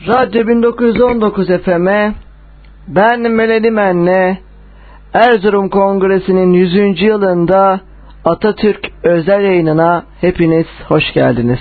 Radyo 1919 FM'e ben Melodi Menne Erzurum Kongresi'nin 100. yılında Atatürk özel yayınına hepiniz hoş geldiniz.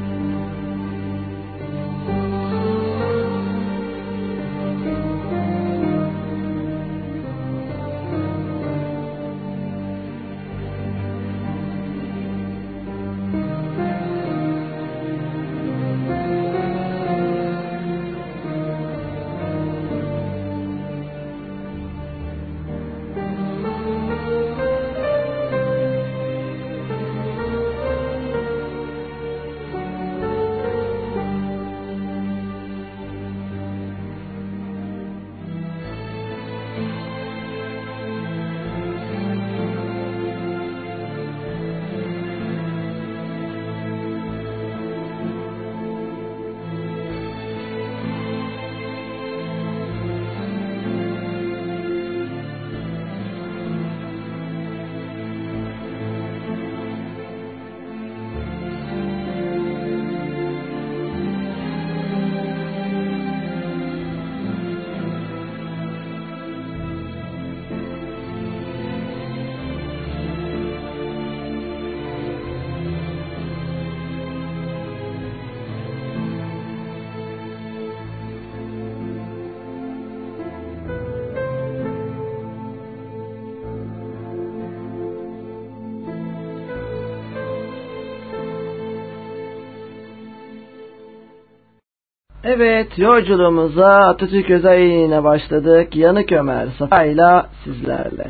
Evet, yolculuğumuza Atatürk özel yayınına başladık. Yanık Ömer Safa'yla sizlerle.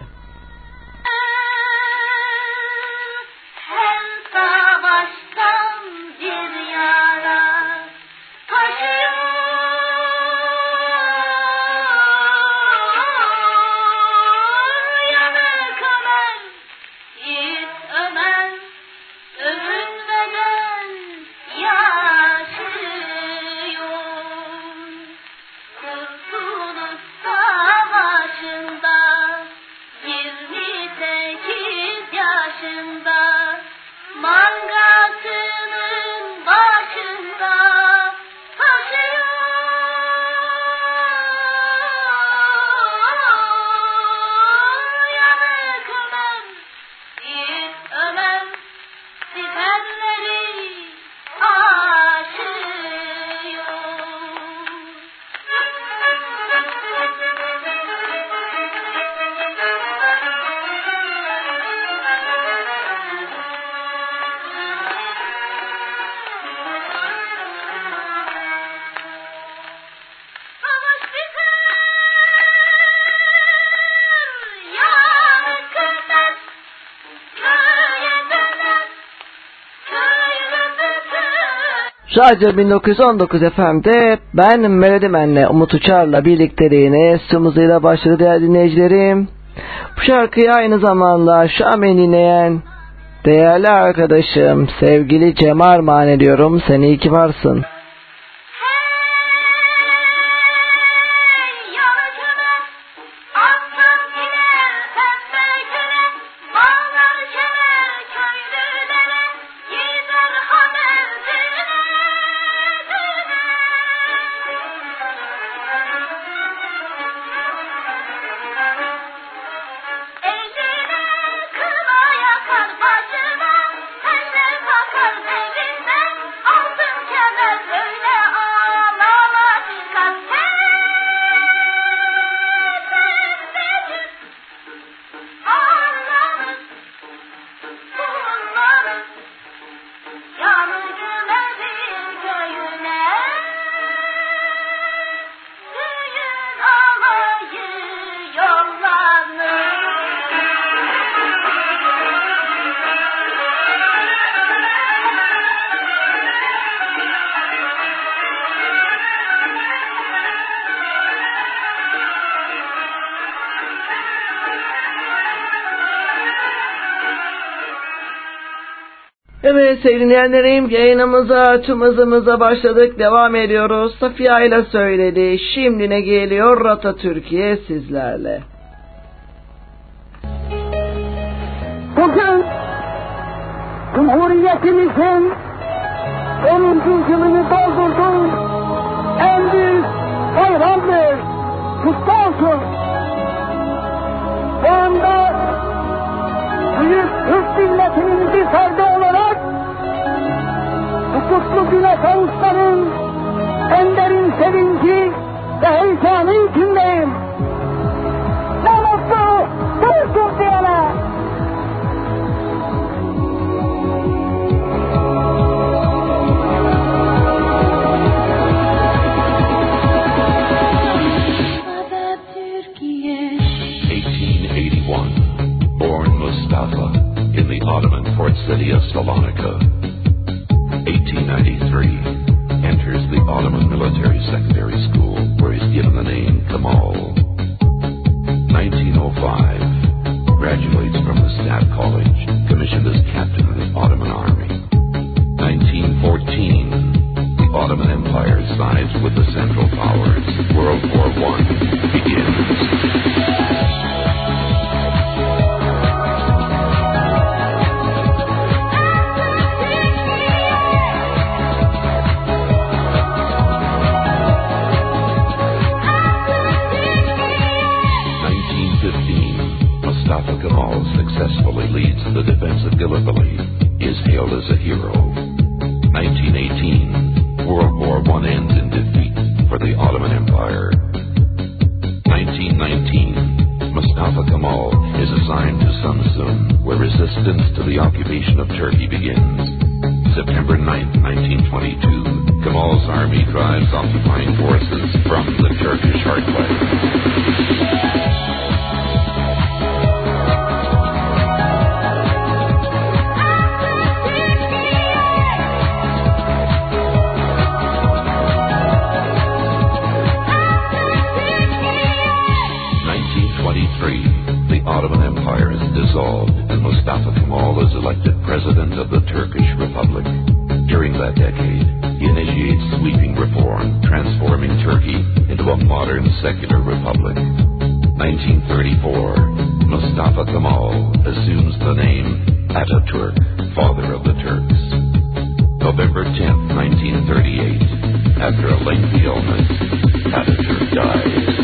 Radyo 1919 FM'de ben Melodi Menne Umut Uçar'la birlikteliğine stüdyomuzuyla başladı değerli dinleyicilerim. Bu şarkıyı aynı zamanda şu an beni dinleyen değerli arkadaşım sevgili Cem Armağan ediyorum. Sen iyi ki varsın. Evet sevgili dinleyenlerim, yayınımıza tüm hızımıza başladık, devam ediyoruz. Safiye ile söyledi, şimdi ne geliyor Atatürk'e sizlerle. Bugün Cumhuriyetimizin 10. yılını doldurdu. En büyük güne kavuşmanın en derin sevinci ve heyecanı içindeyim. Ne mutlu Türk'üm diyene. Born Mustafa in the Ottoman port city of Salonika. 1893, enters the Ottoman Military Secondary School, where he's given the name Kemal. 1905, graduates from the Staff College, commissioned as captain in the Ottoman Army. 1914, the Ottoman Empire sides with the Central Powers. World War I begins. 1915, Mustafa Kemal successfully leads the defense of Gallipoli, is hailed as a hero. 1918, World War I ends in defeat for the Ottoman Empire. 1919, Mustafa Kemal is assigned to Samsun, where resistance to the occupation of Turkey begins. September 9, 1922, Kemal's army drives occupying forces from the Turkish heartland. The Ottoman Empire is dissolved and Mustafa Kemal is elected president of the Turkish Republic. During that decade, he initiates sweeping reform, transforming Turkey into a modern secular republic. 1934, Mustafa Kemal assumes the name Ataturk, father of the Turks. November 10, 1938, after a lengthy illness, Ataturk dies.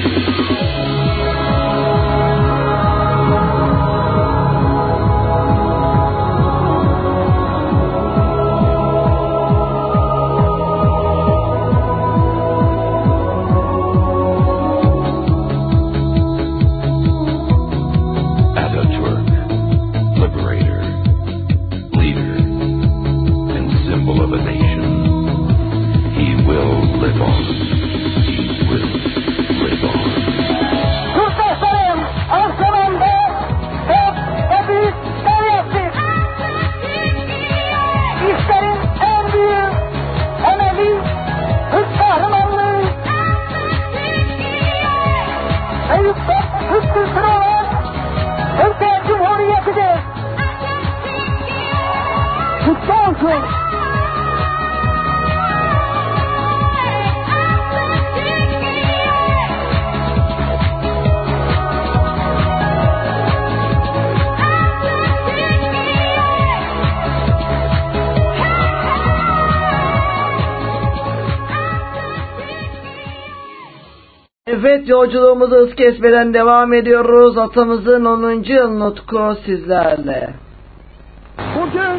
Evet, yolculuğumuza hız kesmeden devam ediyoruz. Atamızın 10. yıl nutku sizlerle. Bugün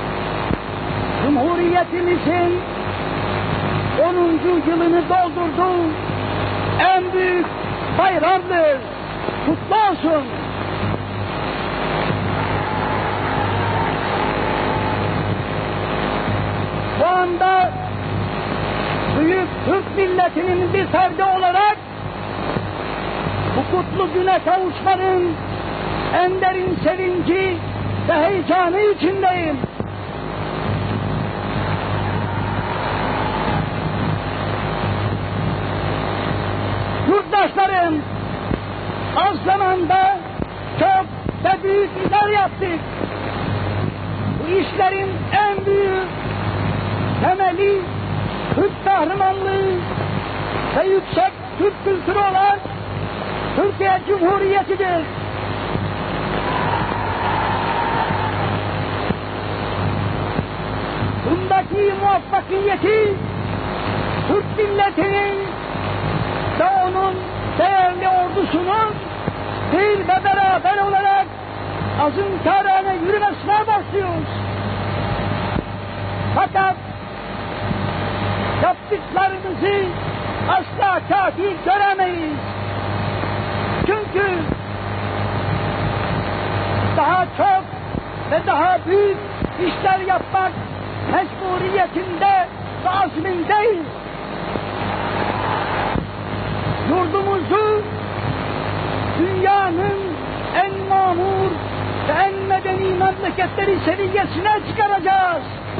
Cumhuriyetimizin 10. yılını doldurdu. En büyük bayramdır. Kutlu olsun. Bu anda büyük Türk milletinin bir ferdi olarak bu kutlu güne kavuşmanın en derin sevinci ve heyecanı içindeyim. Yurttaşlarım, az zamanda çok ve büyük işler yaptık. Bu işlerin en büyük temeli Türk kahramanlığı ve yüksek Türk kültürü olan Türkiye Cumhuriyeti'dir. Bundaki muvaffakiyeti Türk milletinin ve onun değerli ordusunun bir ve beraber olarak azimkarane yürümesine başlıyoruz. Fakat dahi göremeyiz. Çünkü daha çok ve daha büyük işler yapmak mecburiyetinde ve azmindeyiz. Yurdumuzu dünyanın en mamur ve en medeni memleketleri seviyesine çıkaracağız.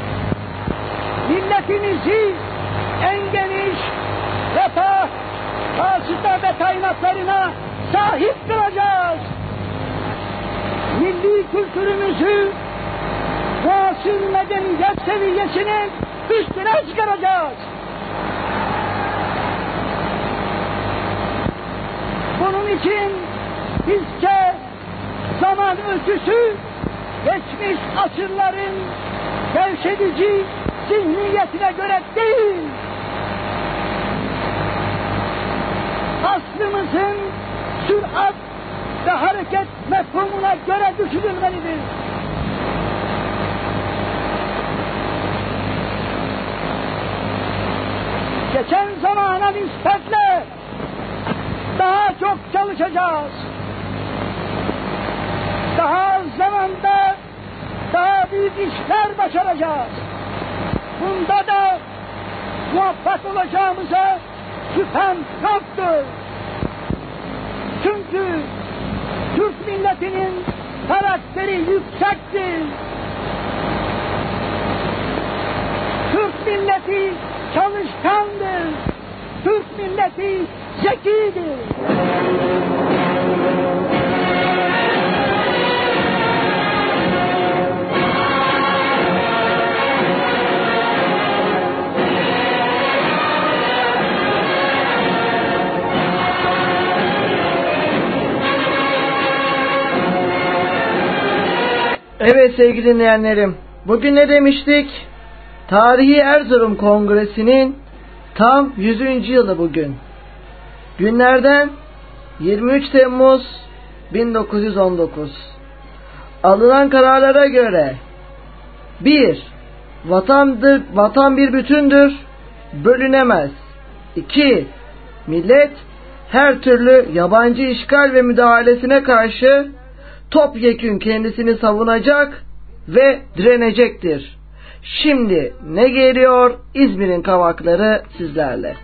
Milletimizi en geniş refah, hasıta ve kaynaklarına sahip kılacağız. Milli kültürümüzü muasır medeniyet seviyesinin üstüne çıkaracağız. Bunun için bizce zaman ölçüsü geçmiş asırların gevşedici zihniyetine göre değil, aslımızın sürat ve hareket mefhumuna göre düşünülmelidir. Geçen zamana nispetle daha çok çalışacağız. Daha az zamanda daha büyük işler başaracağız. Bunda da muvaffak olacağımıza şüphem yoktur. Çünkü Türk milletinin karakteri yüksektir. Türk milleti çalışkandır. Türk milleti zekidir. Evet sevgili dinleyenlerim, bugün ne demiştik? Tarihi Erzurum Kongresi'nin tam 100. yılı bugün. Günlerden 23 Temmuz 1919. Alınan kararlara göre 1. Vatan bir bütündür, bölünemez. 2. Millet her türlü yabancı işgal ve müdahalesine karşı topyekün kendisini savunacak ve direnecektir. Şimdi ne geliyor? İzmir'in kavakları sizlerle.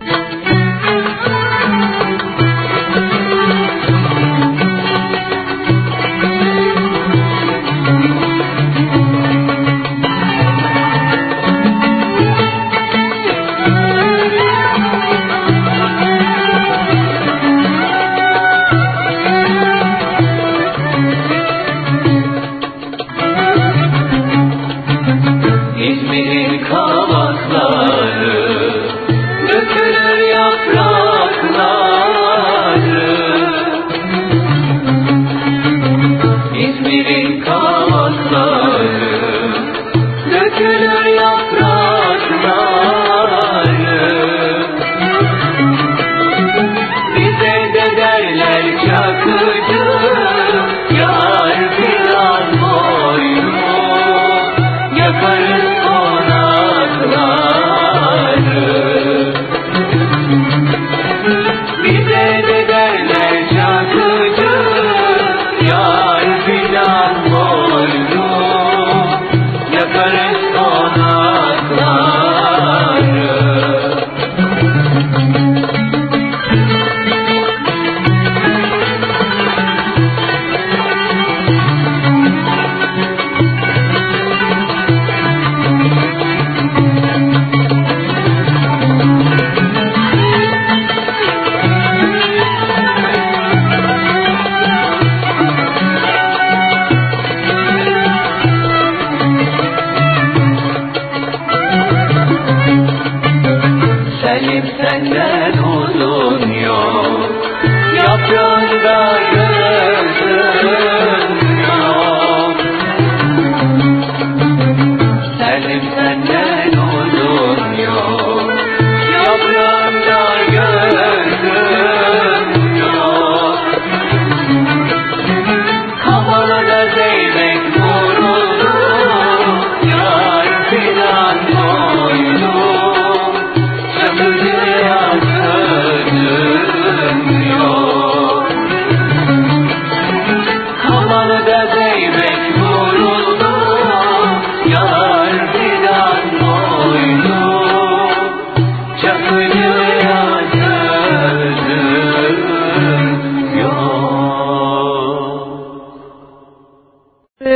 İzmir'in kavakları dökülür yaprakları. İzmir'in kavakları dökülür yaprakları. Bize de derler çakıcı, yar filan boynu yakarız. Bize de derler çakıcı, yar filan boynu yakarız konakları. Senden uzun yok, yaprağında gözün yok. Senden uzun yok, yaprağında gözün yok. Kafana zeybek vuruldu, yar filan koydu. Çakıcı yakıcı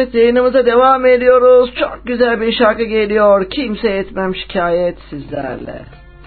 Evet, yayınımıza devam ediyoruz. Çok güzel bir şarkı geliyor. Kimse etmem şikayet sizlerle.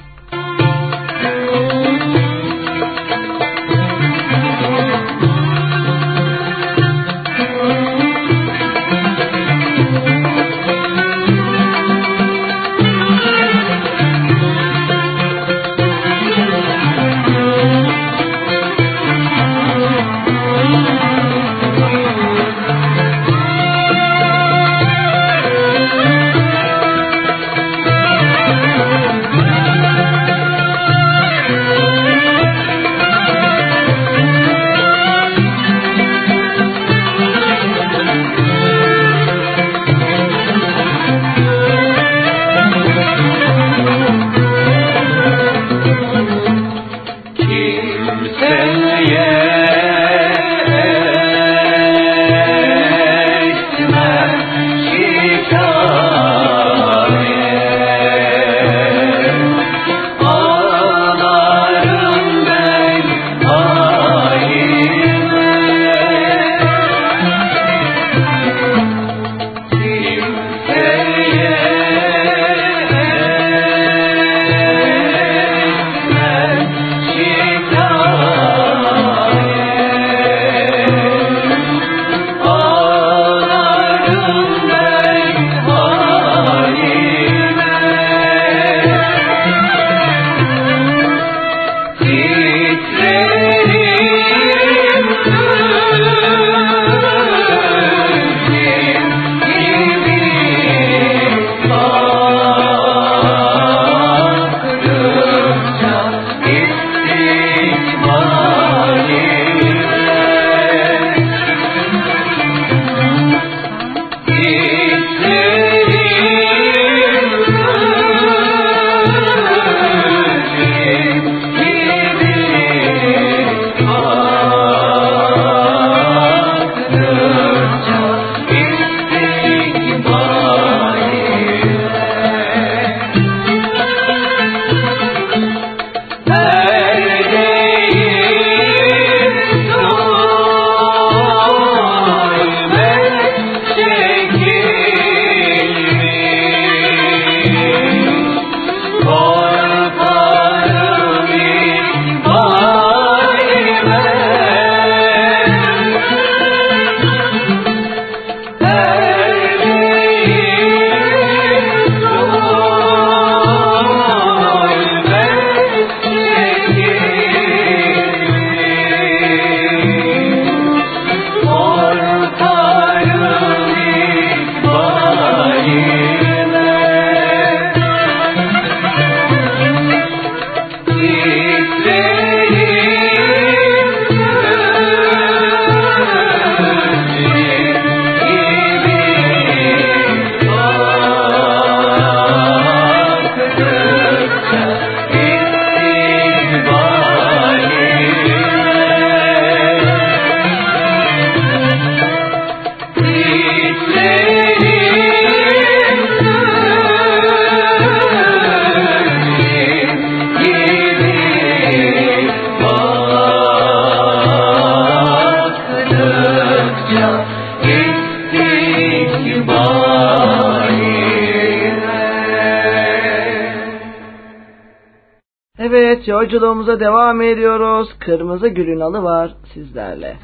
Evet, yolculuğumuza devam ediyoruz. Kırmızı Gül'ün alı var sizlerle.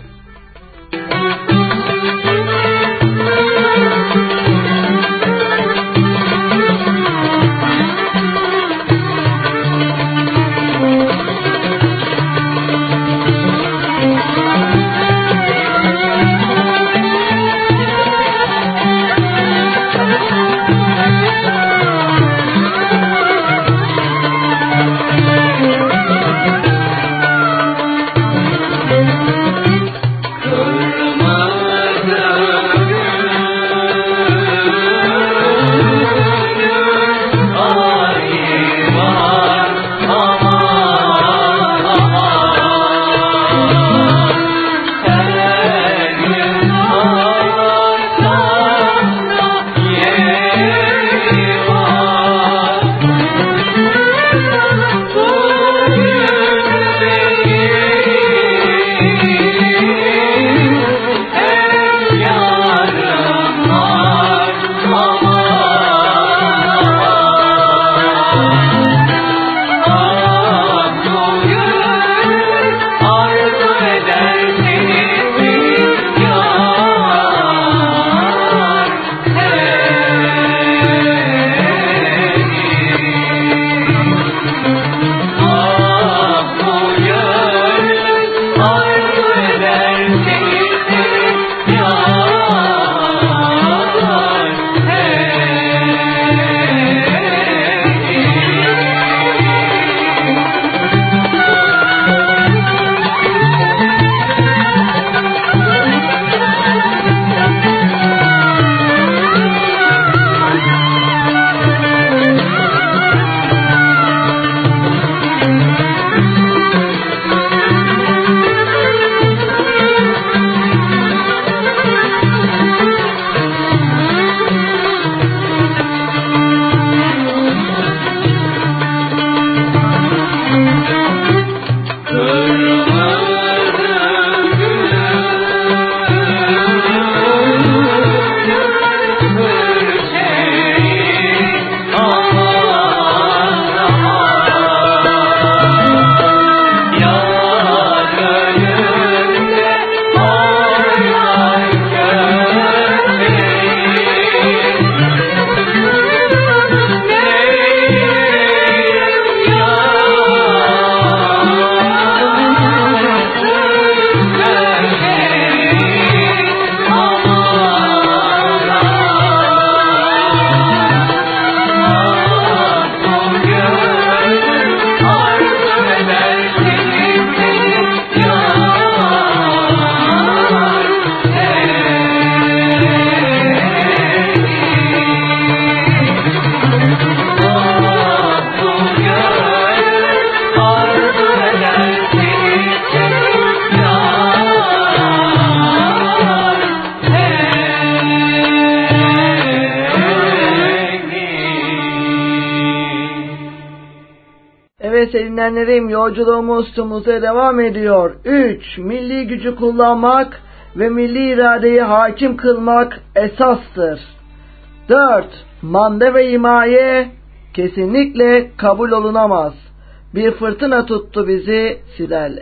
Evet dinleyenlerim, yolculuğumuz Temmuz'a devam ediyor. 3. Milli gücü kullanmak ve milli iradeyi hakim kılmak esastır. 4. Manda ve himaye kesinlikle kabul olunamaz. Bir fırtına tuttu bizi sizlerle.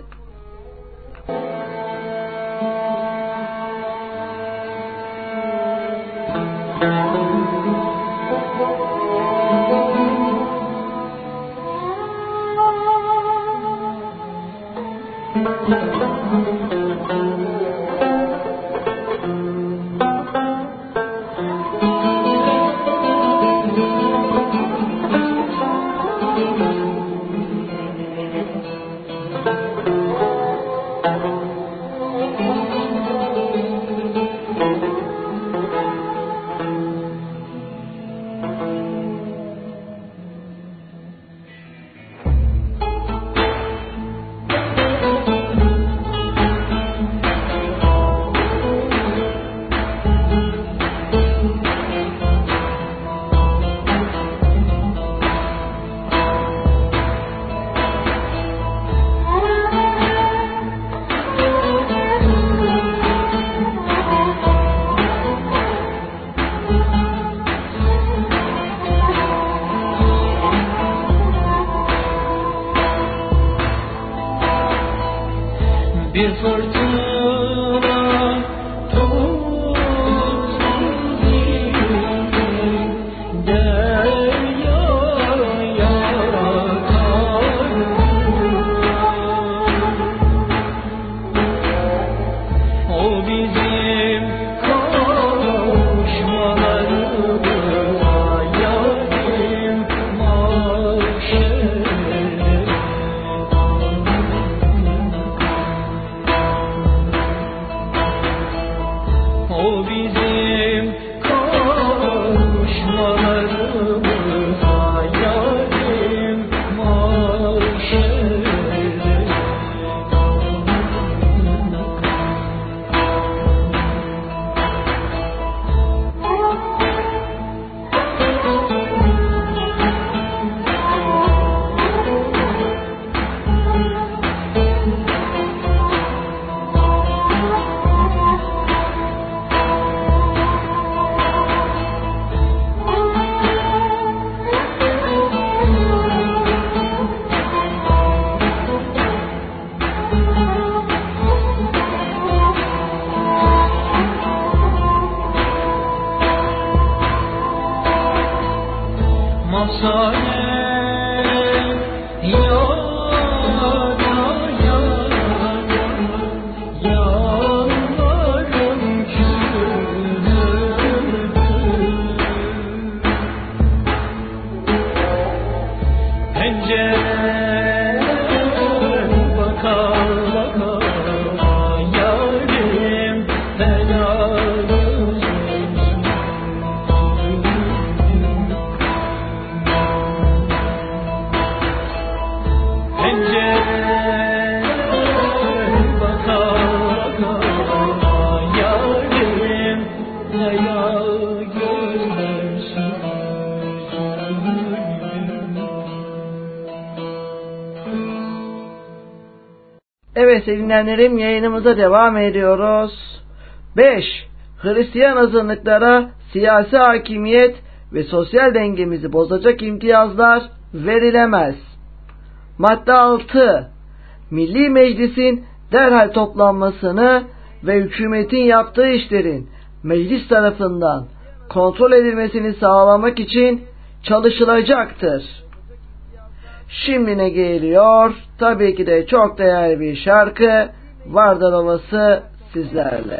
Evet dinleyenlerim, yayınımıza devam ediyoruz. 5. Hristiyan azınlıklara siyasi hakimiyet ve sosyal dengemizi bozacak imtiyazlar verilemez. Madde 6. Milli Meclis'in derhal toplanmasını ve hükümetin yaptığı işlerin meclis tarafından kontrol edilmesini sağlamak için çalışılacaktır. Şimdi ne geliyor? Tabii ki de çok değerli bir şarkı. Vardar Ovası sizlerle.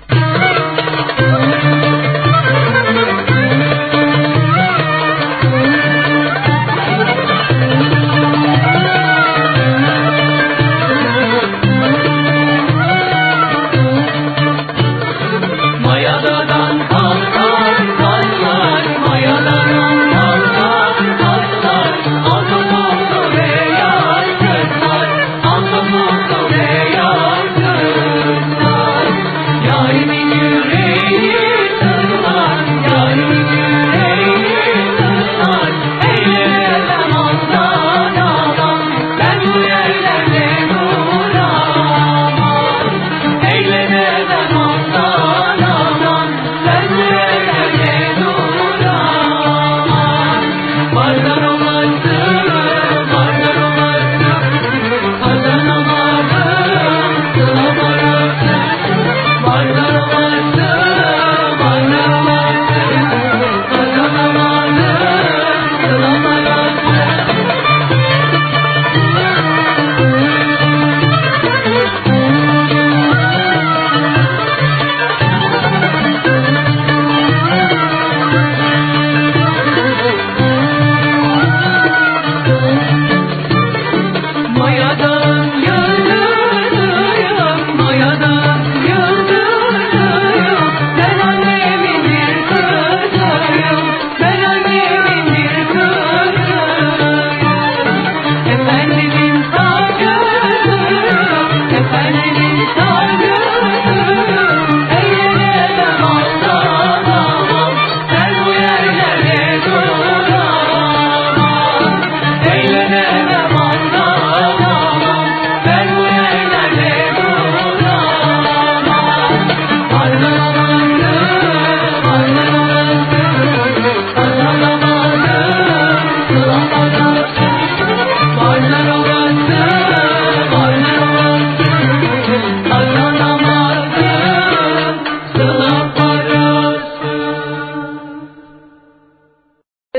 Mayadadan kalkar kalkar, mayadadan kalkar kalkar, altımızı beyaz kızlar, altımızı beyaz kızlar.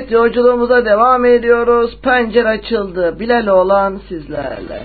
Evet, yolculuğumuza devam ediyoruz. Pencere açıldı. Bilal olan sizlerle.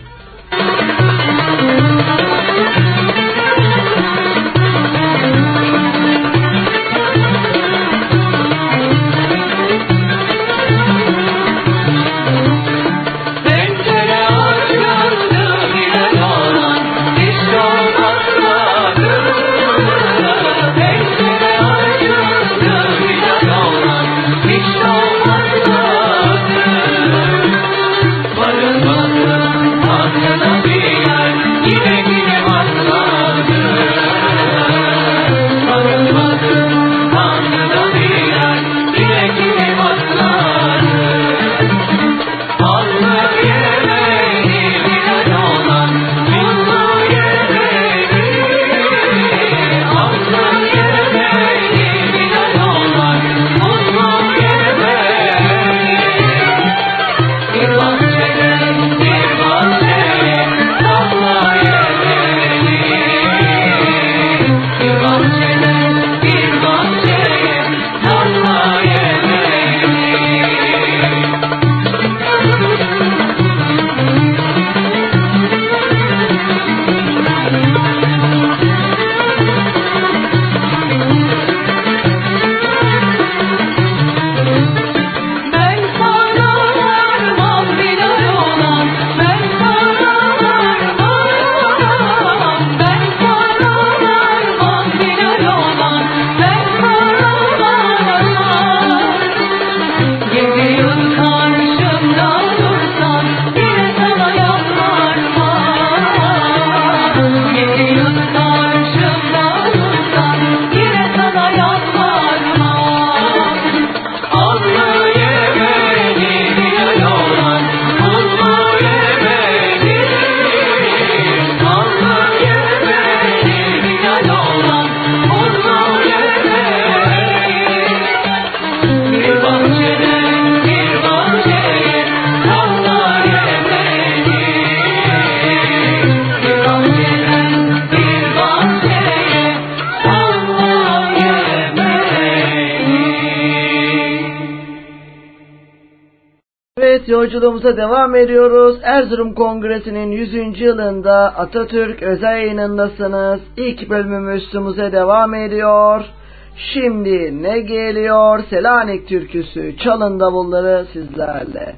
Yolculuğumuza devam ediyoruz. Erzurum Kongresi'nin 100. yılında Atatürk özel yayınındasınız. İlk bölümümüz üstümüze devam ediyor. Şimdi ne geliyor? Selanik türküsü, çalın davulları sizlerle.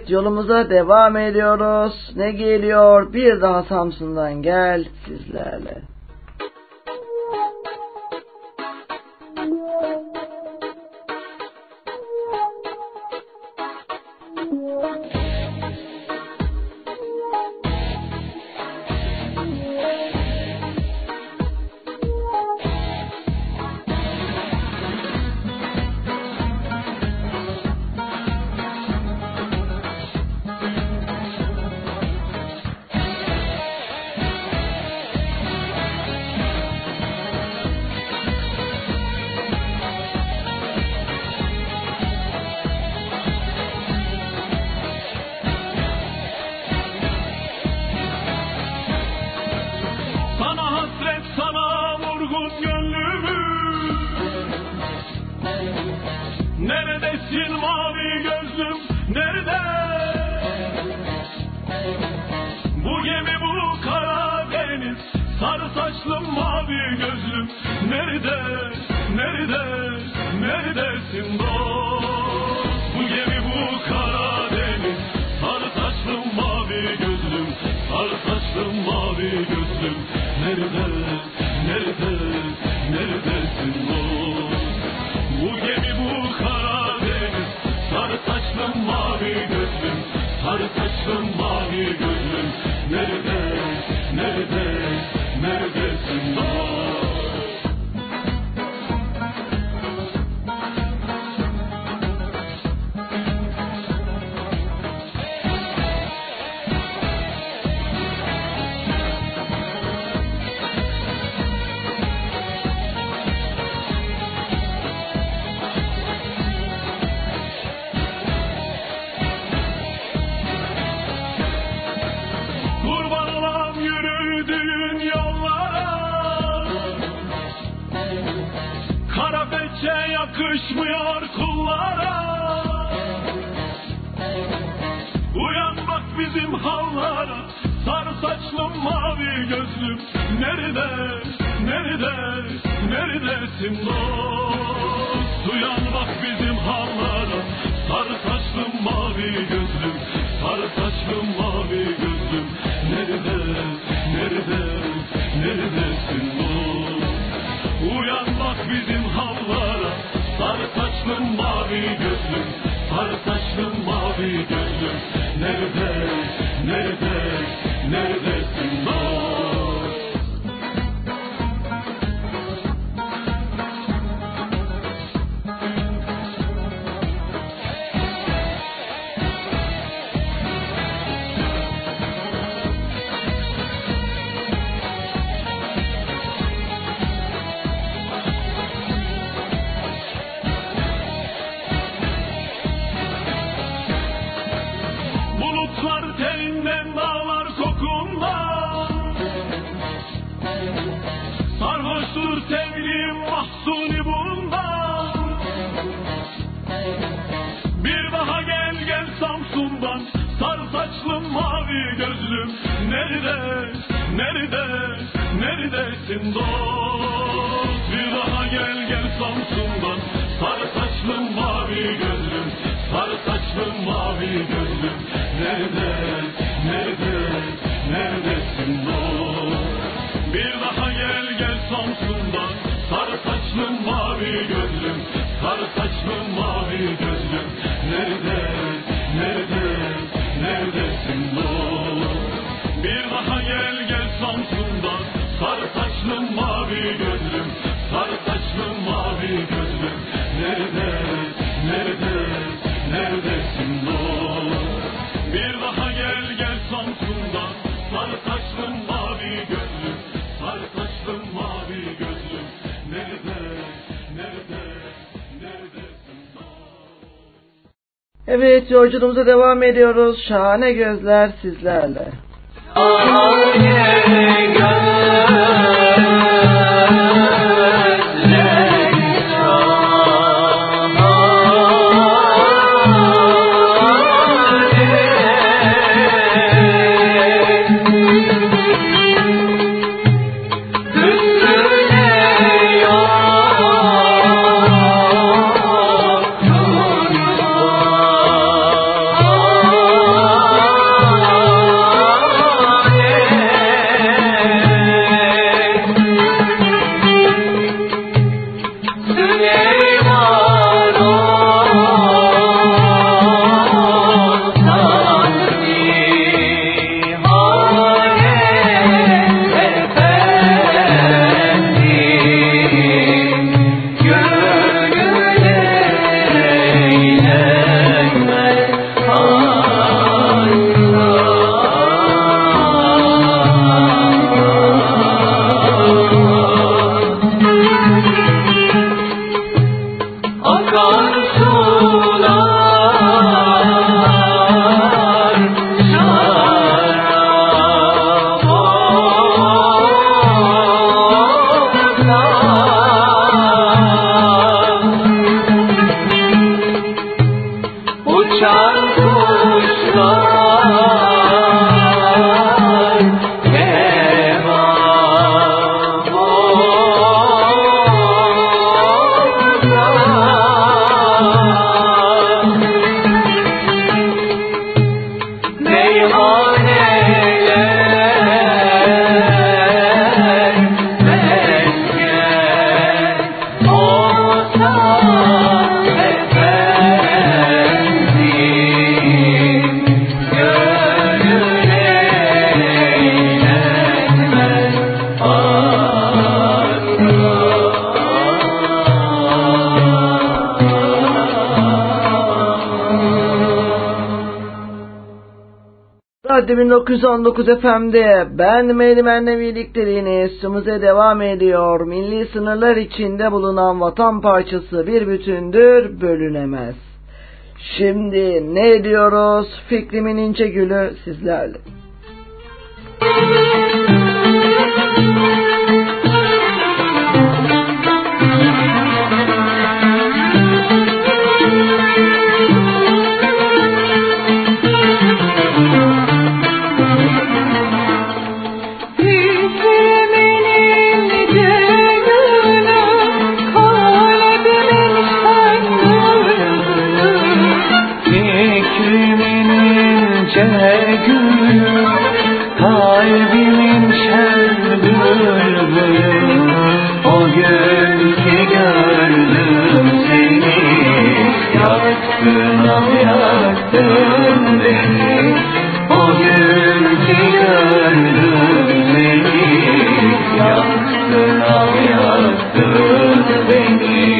Evet, yolumuza devam ediyoruz. Ne geliyor? Bir daha Samsun'dan gel sizlerle. Evet, yolculuğumuza devam ediyoruz. Şahane gözler sizlerle. Oh uçan kuşlar Radyo 1919 FM'de ben Mehdimen'le birlikteliğiniz sumuza devam ediyor. Milli sınırlar içinde bulunan vatan parçası bir bütündür, bölünemez. Şimdi ne diyoruz? Fikrimin ince gülü sizlerle. Kalbimin şen bülbülü, o gün ki gördüm seni, yaktın ah yaktın beni. O gün ki gördüm seni, yaktın ah yaktın beni.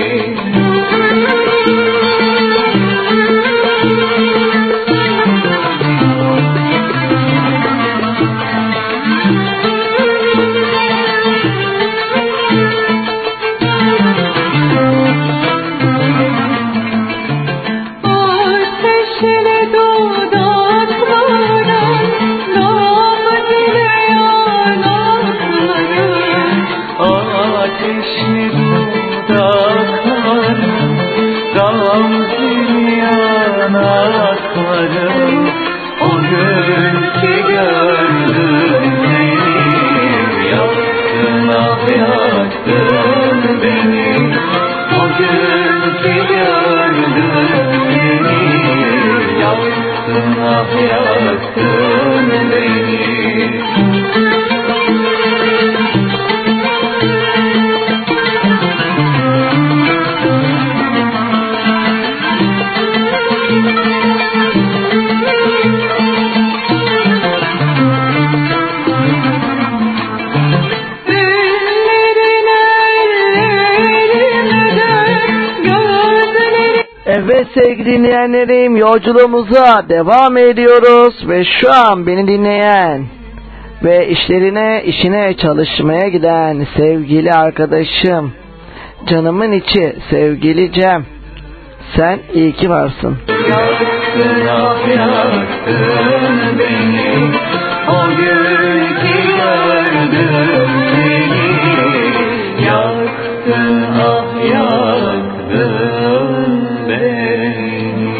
Evet sevgili dinleyenlerim, yolculuğumuza devam ediyoruz ve şu an beni dinleyen ve işine çalışmaya giden sevgili arkadaşım, canımın içi sevgili Cem, sen iyi ki varsın. Yaktın ah yaktın beni, o gün ki gördüm seni, yaktın ah yaktın beni.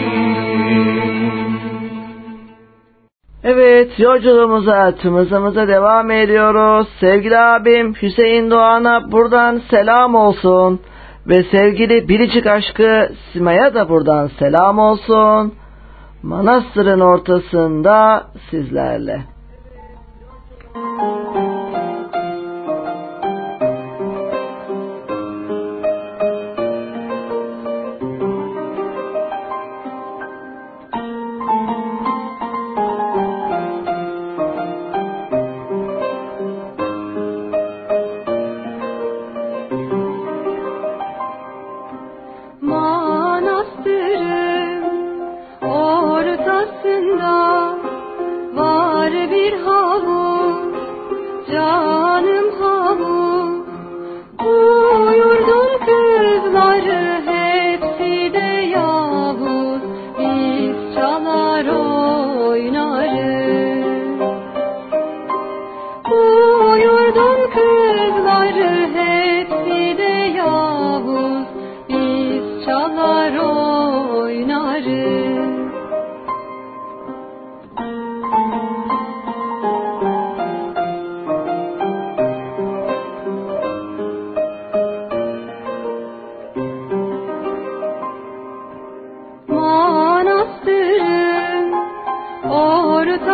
Evet, yolculuğumuza, tımızımıza devam ediyoruz. Sevgili abim Hüseyin Doğan'a buradan selam olsun. Ve sevgili biricik aşkı Sima'ya da buradan selam olsun. Manastırın ortasında sizlerle.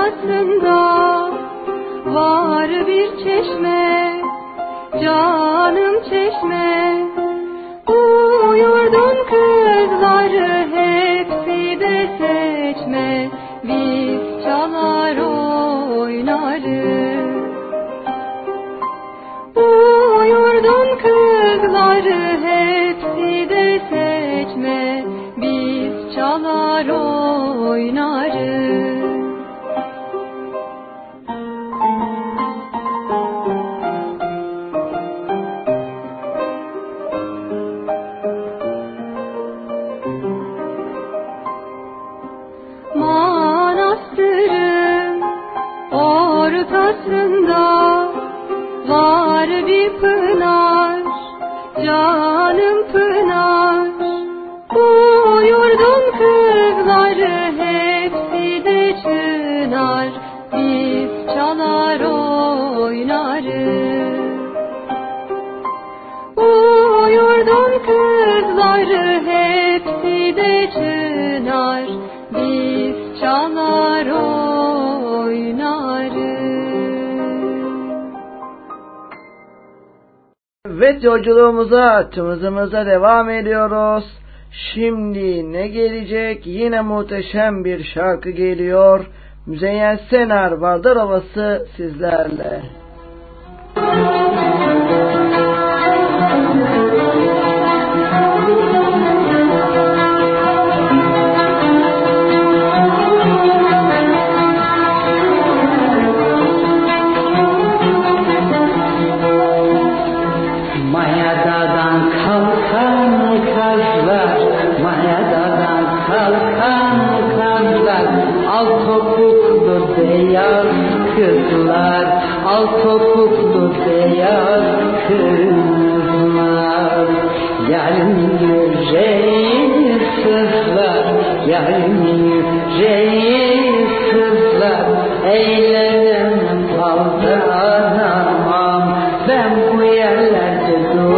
ortasında var bir çeşme, canım çeşme. Bu yurdun kızları hepsi de seçme, biz çalar oynarız. Bu yurdun kızları hepsi de seçme, biz çalar oynarız. Manastırın ortasında var bir pınar, canım pınar. Bu yurdun kızları hepsi de çınar, biz çalar oynarız. Bu yurdun kızları hepsi de çınar, biz çalar oynarız. Evet, yolculuğumuza, tımızımıza devam ediyoruz. Şimdi ne gelecek? Yine muhteşem bir şarkı geliyor. Müzeyyen Senar Vardar Ovası sizlerle. Mayadadan kalkan kazlar, mayadadan kalkan kazlar, al topuklu beyaz kızlar, al topuklu beyaz kızlar. Yarın yüreği sızlar, yarın yüreği sızlar, eğlenemem aldanamam, ben bu yerlerde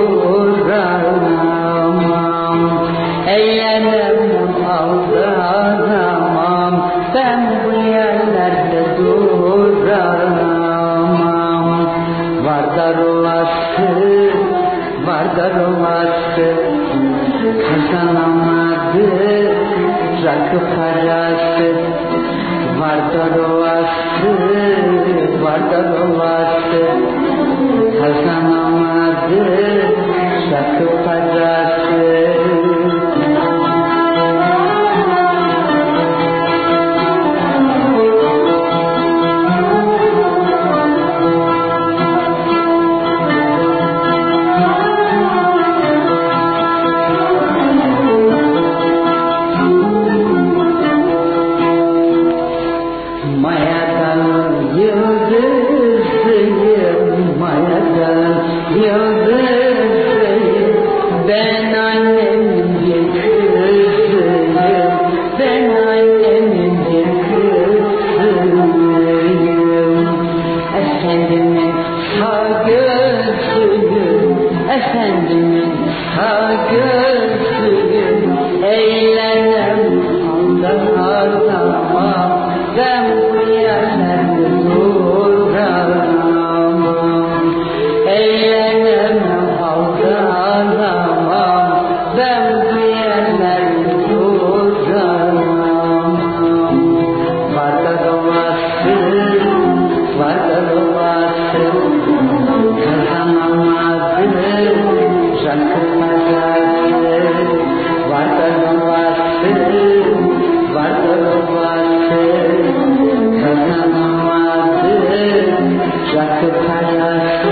duramam. Eğlenemem aldanamam, ben bu yerlerde duramam. Vardar Ovası, Vardar Ovası, kazanamadı rakı parası. Vardar Ovası, Vardar Ovası, kazanamadı rakı parası. Mayadan yıldızıyım, mayadan yıldızıyım, ben annemin bir kızıyım, ben annemin bir kızıyım. Efendimin sağ gözüyüm, efendimin sağ gözüyüm, eğlenem aldanamam, ben bu yerlerde duramam. Eğlenemem aldanamam, ben bu yerlerde duramam. Vardar Ovası, Vardar Ovası, kazanamadı rakı parası. Vardar Ovası, Vardar Ovası, kazanamadı rakı parası.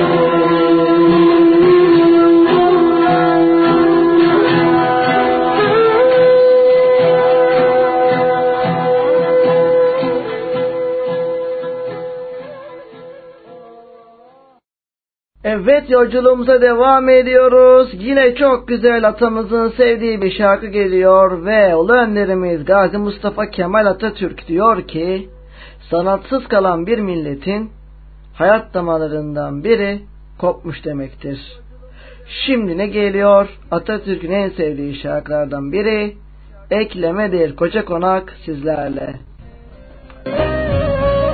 Evet, yolculuğumuza devam ediyoruz. Yine çok güzel, atamızın sevdiği bir şarkı geliyor ve ulu önderimiz Gazi Mustafa Kemal Atatürk diyor ki, sanatsız kalan bir milletin hayat damarlarından biri kopmuş demektir. Şimdi ne geliyor? Atatürk'ün en sevdiği şarkılardan biri Eklemedir Koca Konak sizlerle.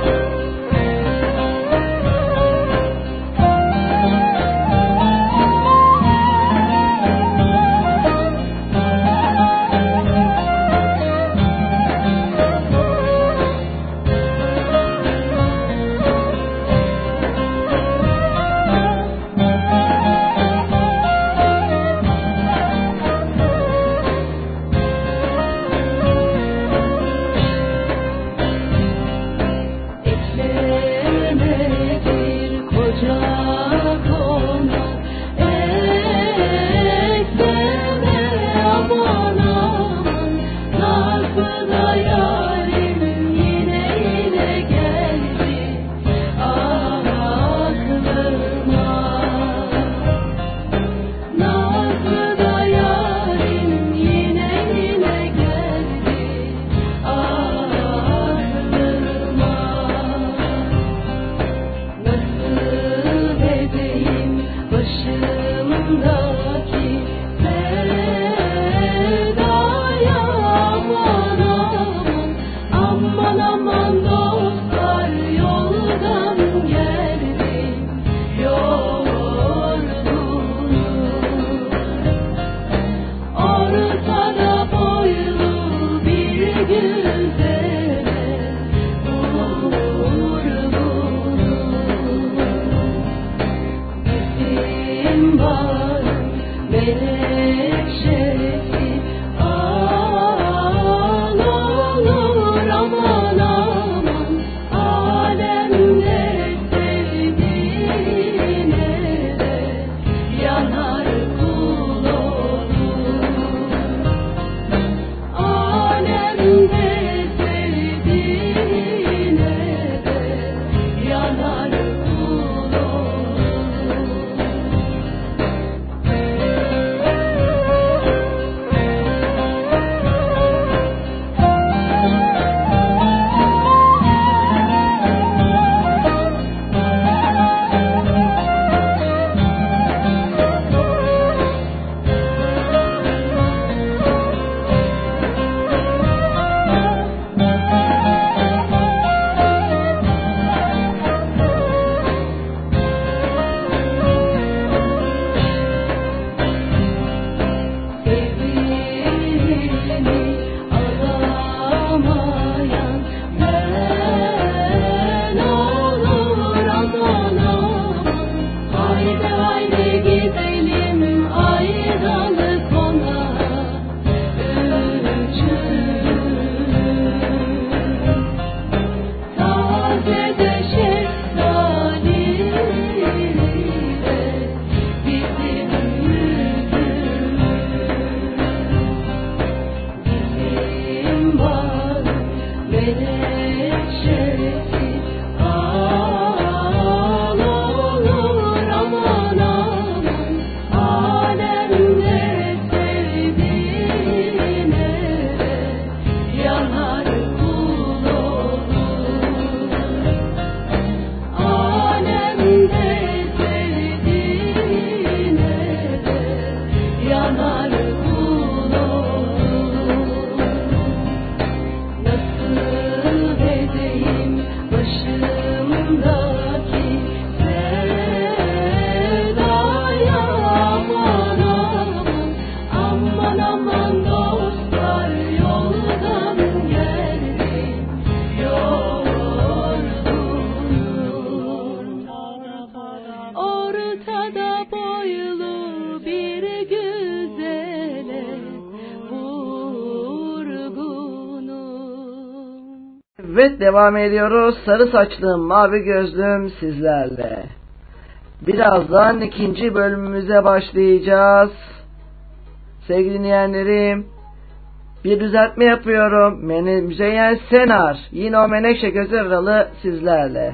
Evet, devam ediyoruz. Sarı saçlım, mavi gözlüm sizlerle. Birazdan ikinci bölümümüze başlayacağız. Sevgili dinleyenlerim, bir düzeltme yapıyorum. Müzeyyen Senar, yine o Menekşe Gözler Aralı sizlerle.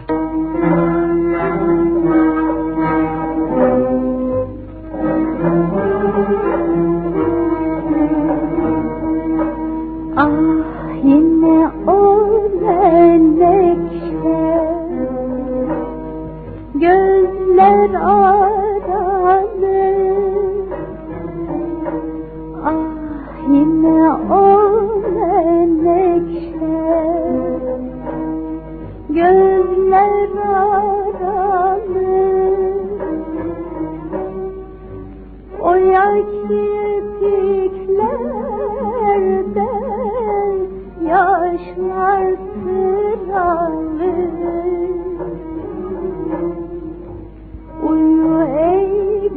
Ah, yine o menekşe gözler aralı. Ah, yine o menekşe gözler aralı. O yaş kirpiklerde yaşlar sıralı. Uyu ey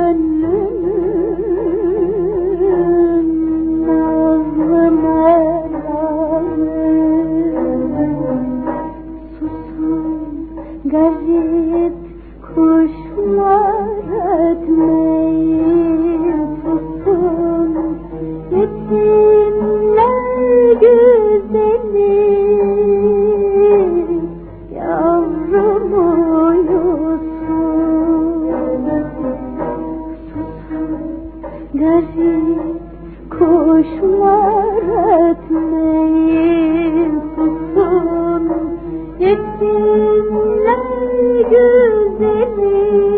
gönlüm nazlı meralı. Susun garip kuşlar ötmeyin, susun yetimler güzeli. Yavrum uyusun, susun garip kuşlar ötmeyin, susun yetimler güzeli.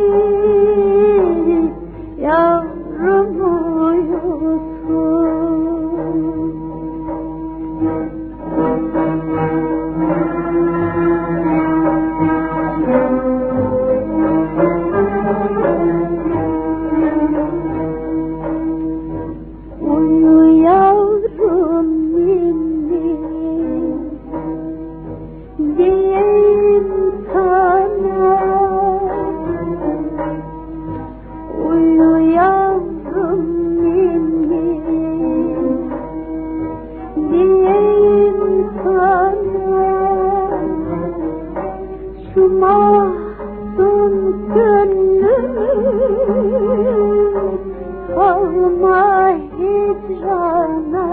Yavrum uyusun. Uyu yavrum ninni diyeyim sana. Uyu yavrum ninni diyeyim sana. Şu mahzun gönlüm kalma hicrana.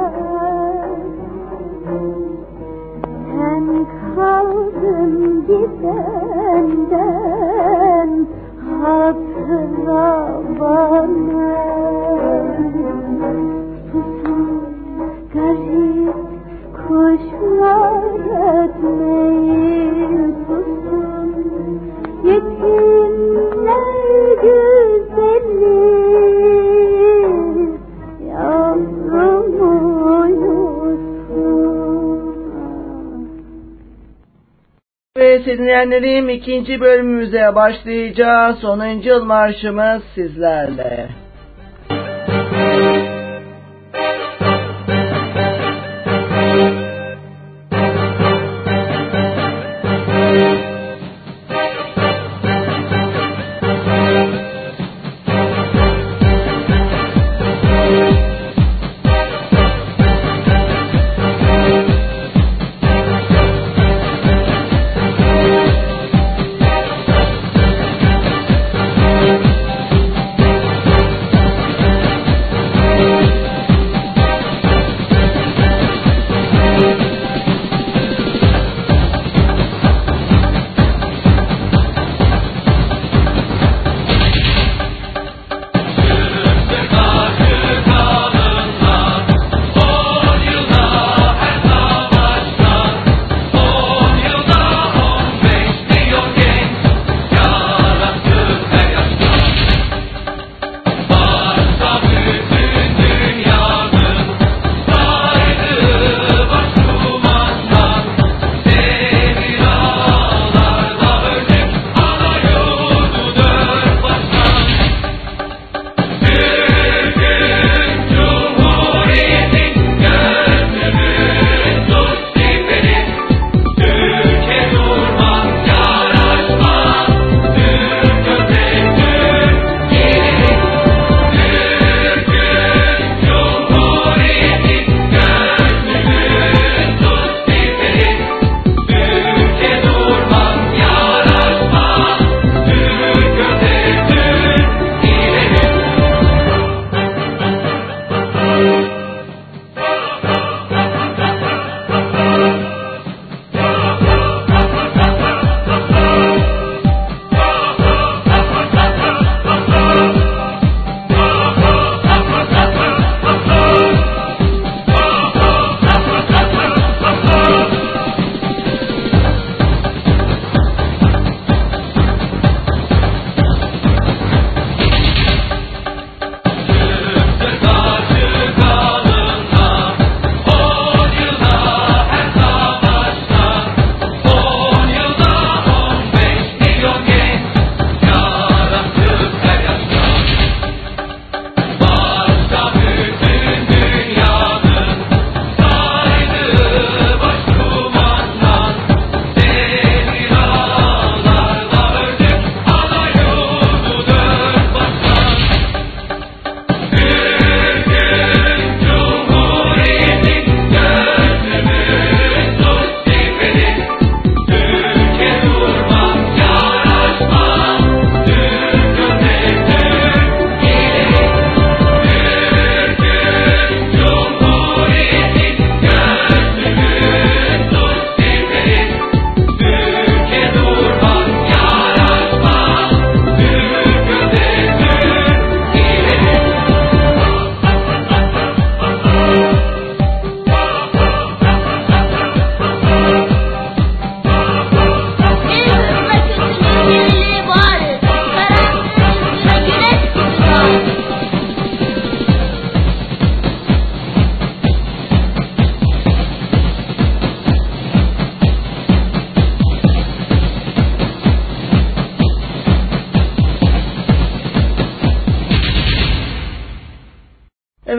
Sen kaldın gidenden hatıra bana. Susun garip kuşlar ötmeyin, susun yetimler güzeli. Yavrum uyusun. Ve dinleyenlerim, ikinci bölümümüze başlayacağız. 10. yıl marşımız sizlerle.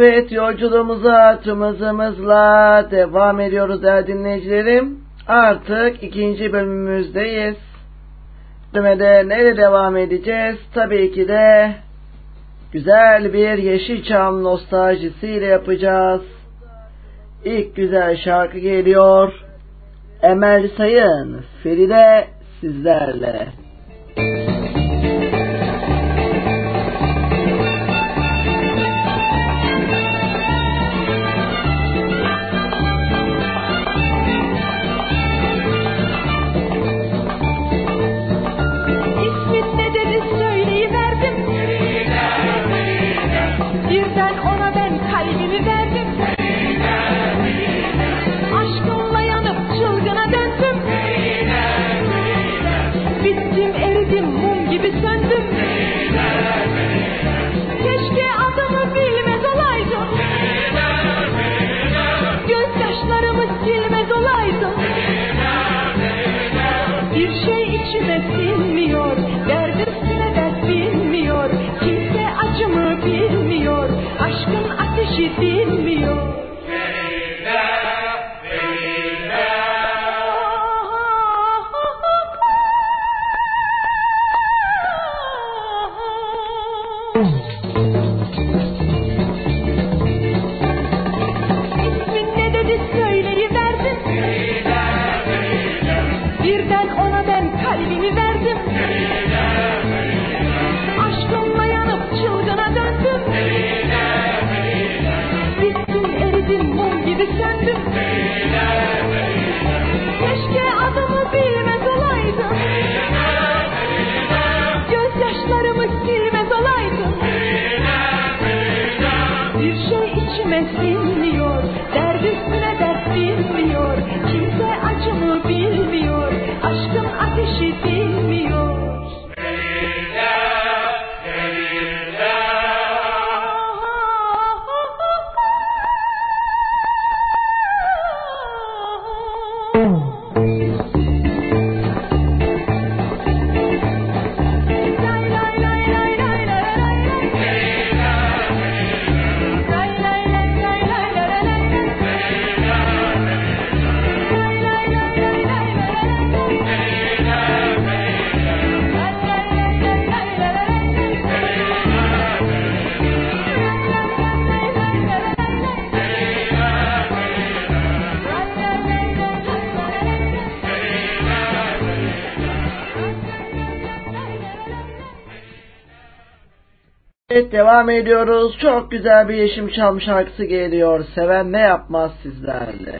Evet, yolculuğumuza tüm hızımızla devam ediyoruz değerli dinleyicilerim. Artık ikinci bölümümüzdeyiz. Bölümde neyle devam edeceğiz? Tabii ki de güzel bir Yeşilçam nostaljisiyle yapacağız. İlk güzel şarkı geliyor. Emel Sayın, Feride sizlerle. Evet, devam ediyoruz. Çok güzel bir Yeşilçam şarkısı geliyor. Seven ne yapmaz sizlerle.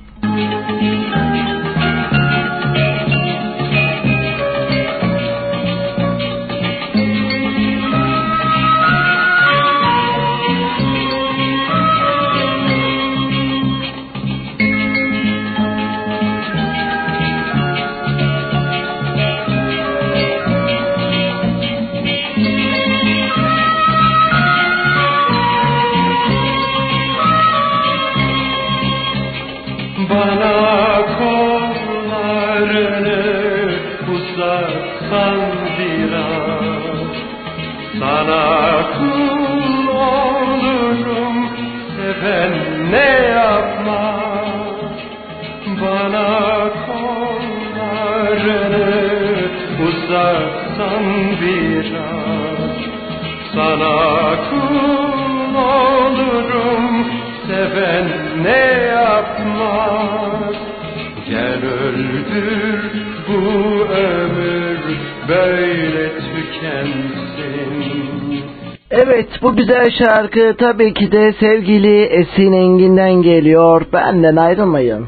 Bana kollarını uzatsan biraz, sana kul olurum, seven ne yapmaz. Bana kollarını uzatsan biraz, sana kul olurum, seven ne yapmaz. Gel öldür bu ömür böyle tükensin. Evet, bu güzel şarkı tabii ki de sevgili Esin Engin'den geliyor. Benden ayrılmayın.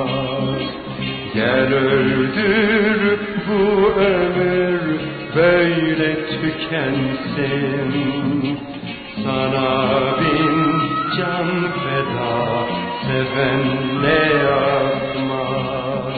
Gel öldür bu ömür böyle tükensin. Sana bin can feda, seven ne yapmaz.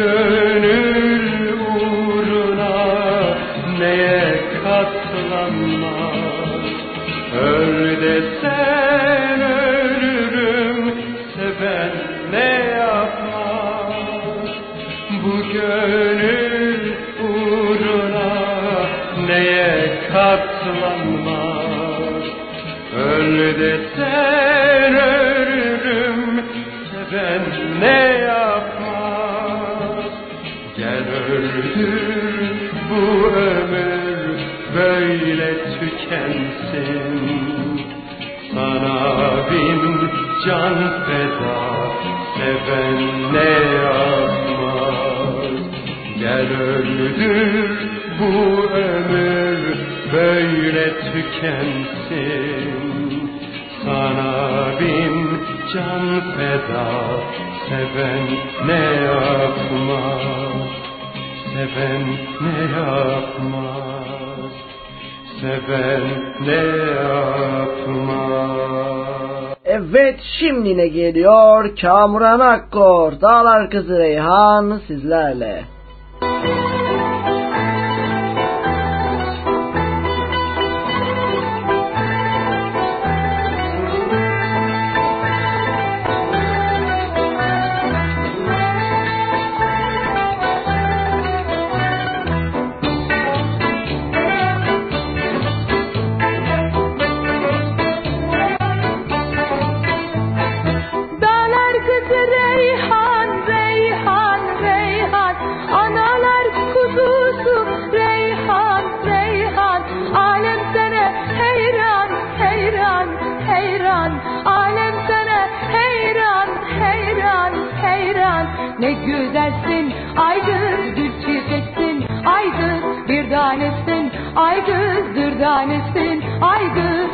gönül uğruna neye katlanmaz? Öl desen ölürüm, seven ne yapmaz? Bu gönül uğruna neye katlanmaz? Öl desen ölürüm, seven ne yapmaz? Gel öldür bu ömür böyle tükensin. Sana bin can feda, seven ne yapmaz? Gel öldür bu ömür böyle tükensin. Sana bin can feda, seven ne yapmaz? Seven ne yapmaz? Seven ne yapmaz? Evet, şimdi ne geliyor? Kamuran Akkor, Dağlar Kızı Reyhan sizlerle. Ne güzelsin aygız, gül çiçeksin aygız, bir tanesin aygız, dürdanesin aygız.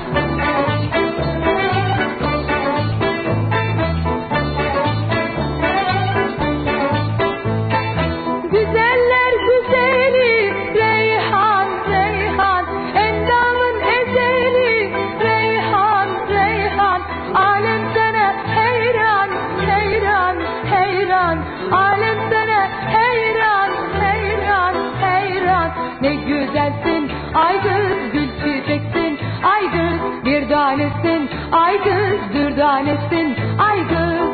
Güzeller güzeli Reyhan, Reyhan, endamın ezeli Reyhan, Reyhan, alem sana heyran, heyran, heyran, alem sana heyran, heyran, heyran. Ne güzelsin aygız, gül çiçeksin aygız, bir tanesin aygız, dürdanesin aygız.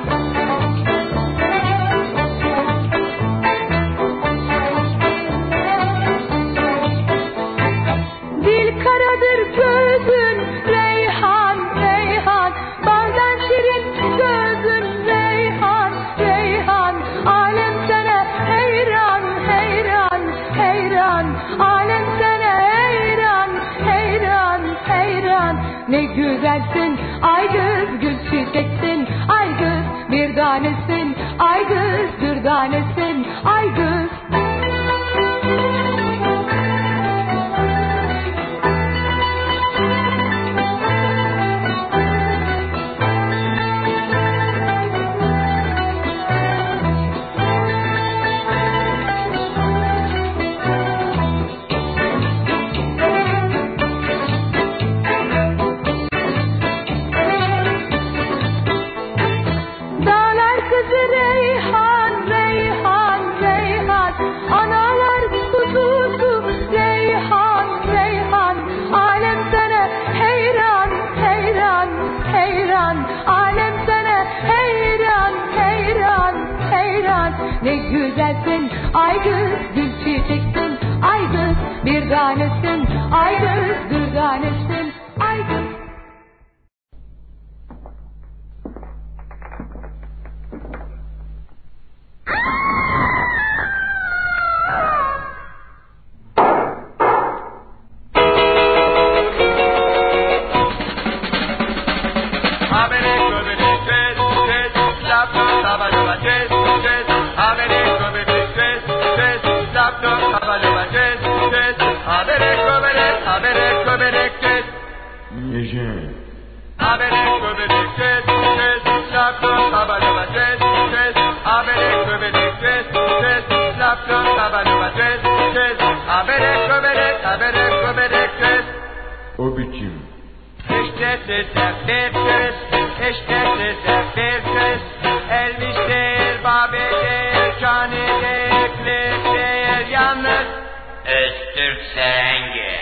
Karadır gözün Reyhan, Reyhan, baldan şirin gözün Reyhan, Reyhan, alem sana heyran, heyran, heyran, alem sana heyran, heyran, heyran. Ne güzelsin aygız, gül çiçeksin aygız, bir tanesin aygız, dürdanesin aygız. Ne güzelsin aygız, gül çiçeksin aygız, bir tanesin aygız, dürdanesin aygız. O biçim. İşte size bir kız, işte size bir kız, elbistir, babedir, canidir. Öztürk Serengi.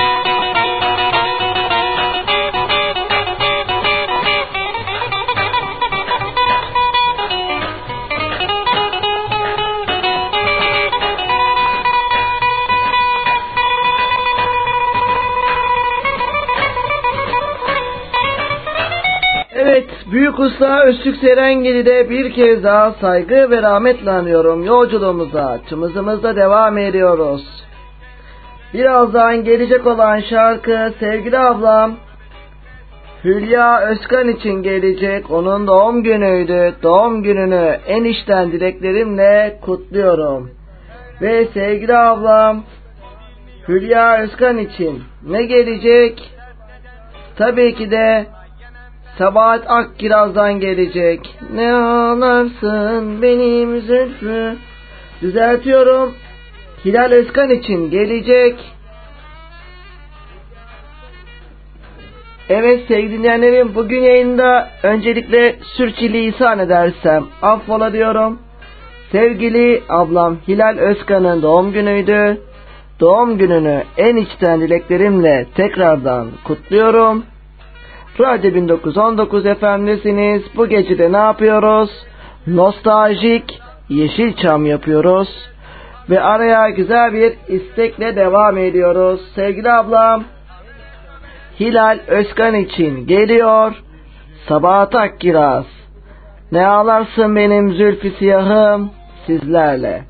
Evet, Büyük Usta Öztürk Serengil'i de bir kez daha saygı ve rahmetle anıyorum. Yolculuğumuza, çımızımızda devam ediyoruz. Birazdan gelecek olan şarkı sevgili ablam Hülya Özkan için gelecek. Onun doğum günüydü. Doğum gününü en içten dileklerimle kutluyorum. Ve sevgili ablam Hülya Özkan için ne gelecek? Tabii ki de Sabahat Akkiraz'dan gelecek. Ne ağlarsın benim zülfü. Düzeltiyorum. Hilal Özkan için gelecek. Evet sevgili dinleyenlerim, bugün yayında öncelikle sürçülisan edersem affola diyorum. Sevgili ablam Hilal Özkan'ın doğum günüydü. Doğum gününü en içten dileklerimle tekrardan kutluyorum. Radyo 1919 FM'desiniz. Bu gece de ne yapıyoruz? Nostaljik Yeşilçam yapıyoruz. Ve araya güzel bir istekle devam ediyoruz. Sevgili ablam Hilal Özkan için geliyor. Sabahat Akkiraz. Ne ağlarsın benim zülfü siyahım sizlerle.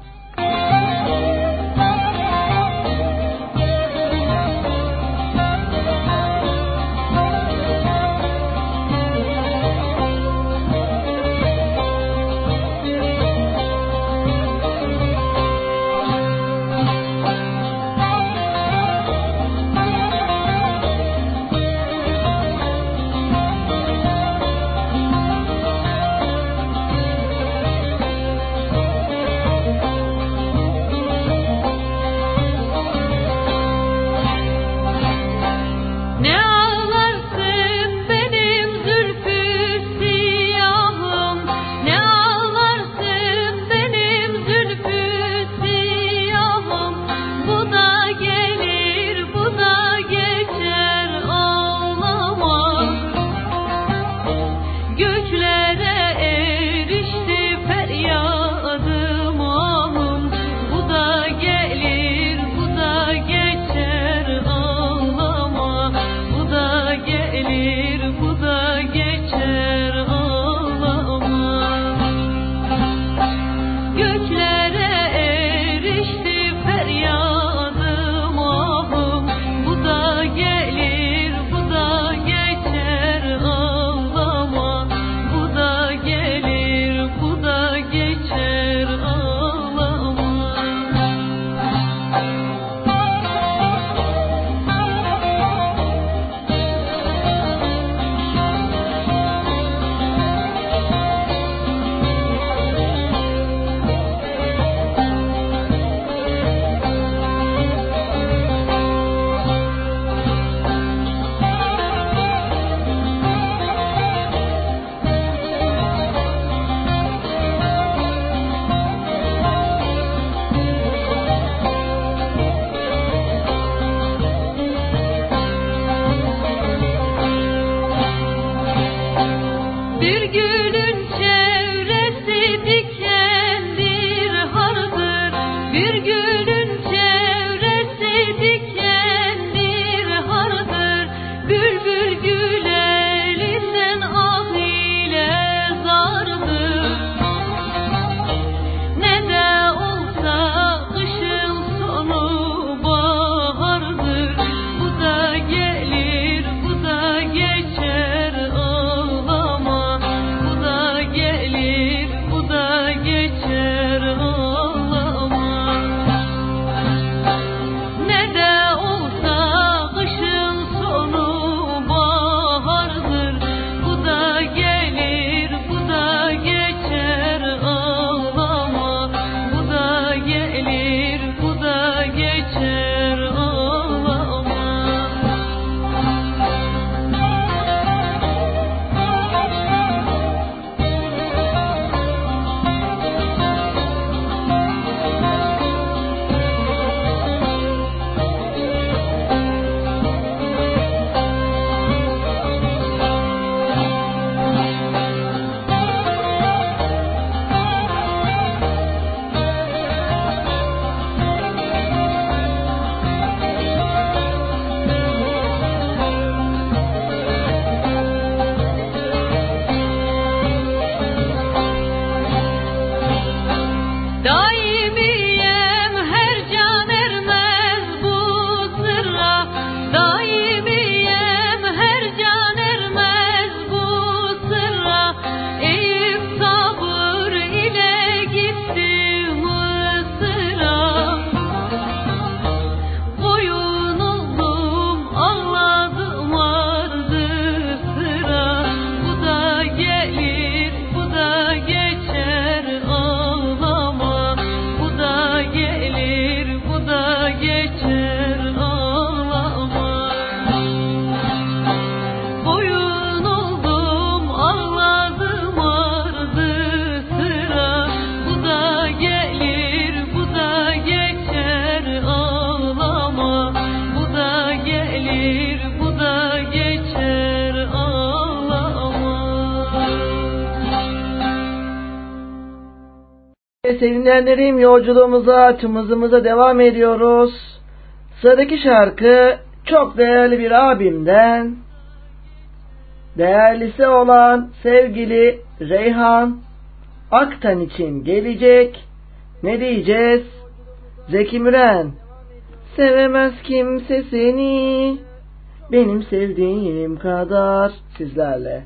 Evet sevgili dinleyenlerim, yolculuğumuza, tüm hızımıza devam ediyoruz. Sıradaki şarkı çok değerli bir abimden, değerlisi olan sevgili Reyhan Aktan için gelecek. Ne diyeceğiz? Zeki Müren. Sevemez kimse seni benim sevdiğim kadar, sizlerle.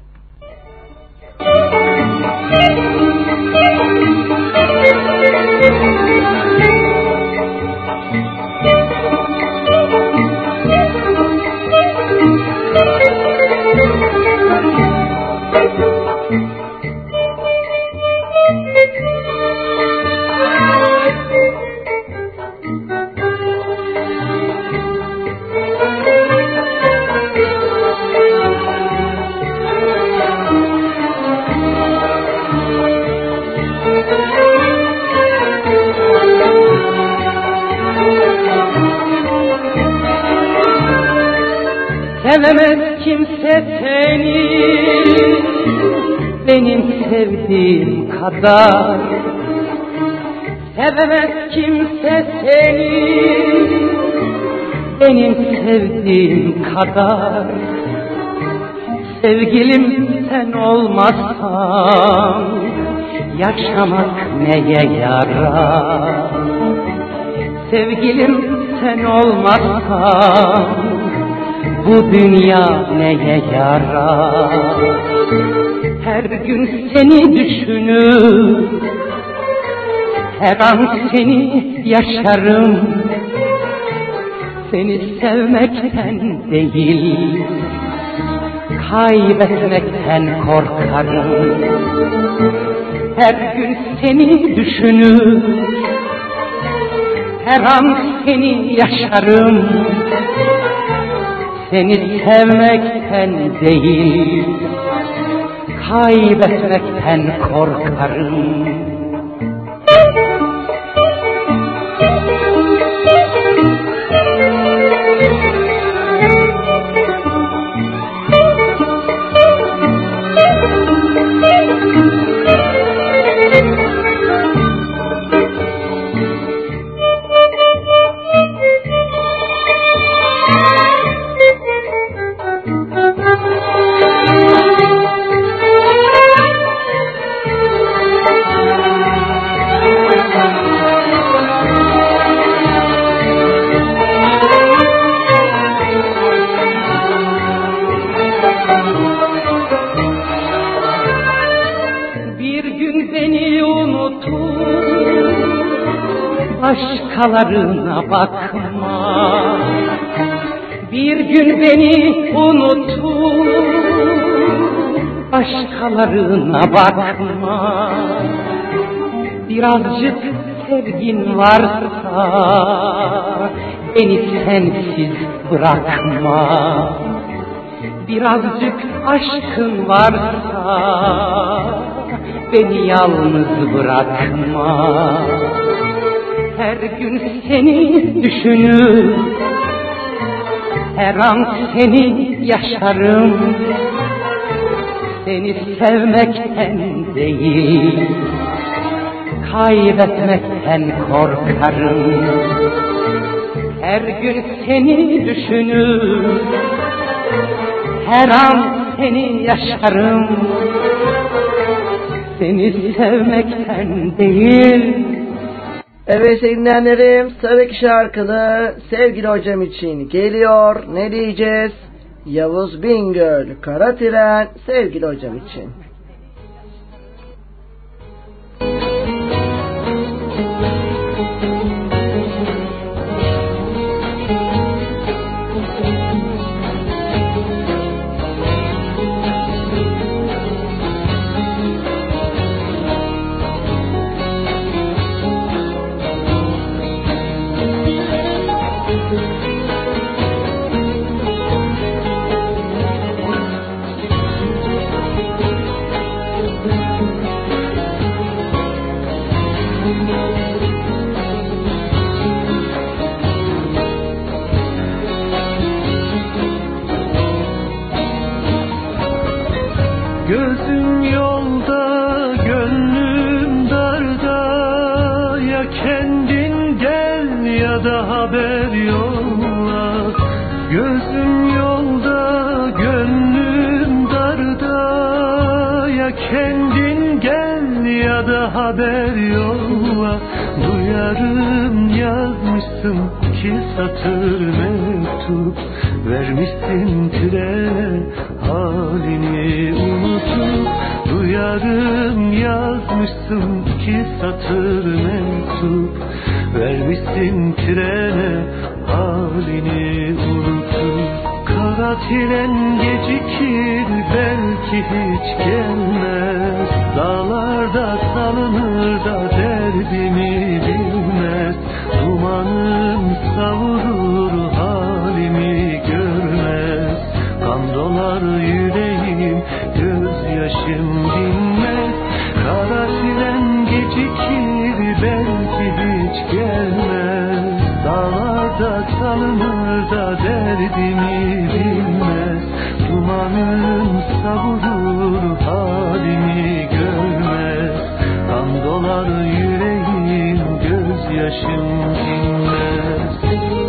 Sevemez kimse seni benim sevdiğim kadar. Sevemez kimse seni benim sevdiğim kadar. Sevgilim sen olmazsan yaşamak neye yarar? Sevgilim sen olmazsan bu dünya neye yarar? Her gün seni düşünür, her an seni yaşarım. Seni sevmekten değil, kaybetmekten korkarım. Her gün seni düşünür, her an seni yaşarım. Seni sevmekten değil, kaybetmekten korkarım. Başkalarına bakma, bir gün beni unutur, başkalarına bakma. Birazcık sevgin varsa beni sensiz bırakma. Birazcık aşkın varsa beni yalnız bırakma. Her gün seni düşünür, her an seni yaşarım. Seni sevmekten değil, kaybetmekten korkarım. Her gün seni düşünür, her an seni yaşarım. Seni sevmekten değil. Evet sevgili dinleyenlerim, sıradaki şarkıda sevgili hocam için geliyor. Ne diyeceğiz? Yavuz Bingöl, Kara Tren, sevgili hocam için. kendin gel ya da haber yolla. Gözüm yolda, gönlüm darda. Ya kendin gel ya da haber yolla. Duyarım yazmışsın iki satır mektup. Vermişsin trene halini unutup. Duyarım yazmışsın iki satır mektup. Vermişsin trene halini unutup. Kara tren gecikir belki hiç gelmez. Dağlarda salınır da derdimi bilmez. Dumanım savurur halimi görmez. Kan dolar yüreğim, gözyaşım dinmez. Kara tren gecikir belki hiç gelmez. Dağlarda salınır da derdimi bilmez. Dumanım savurur halimi görmez. Kan dolar yüreğim, gözyaşım dinmez.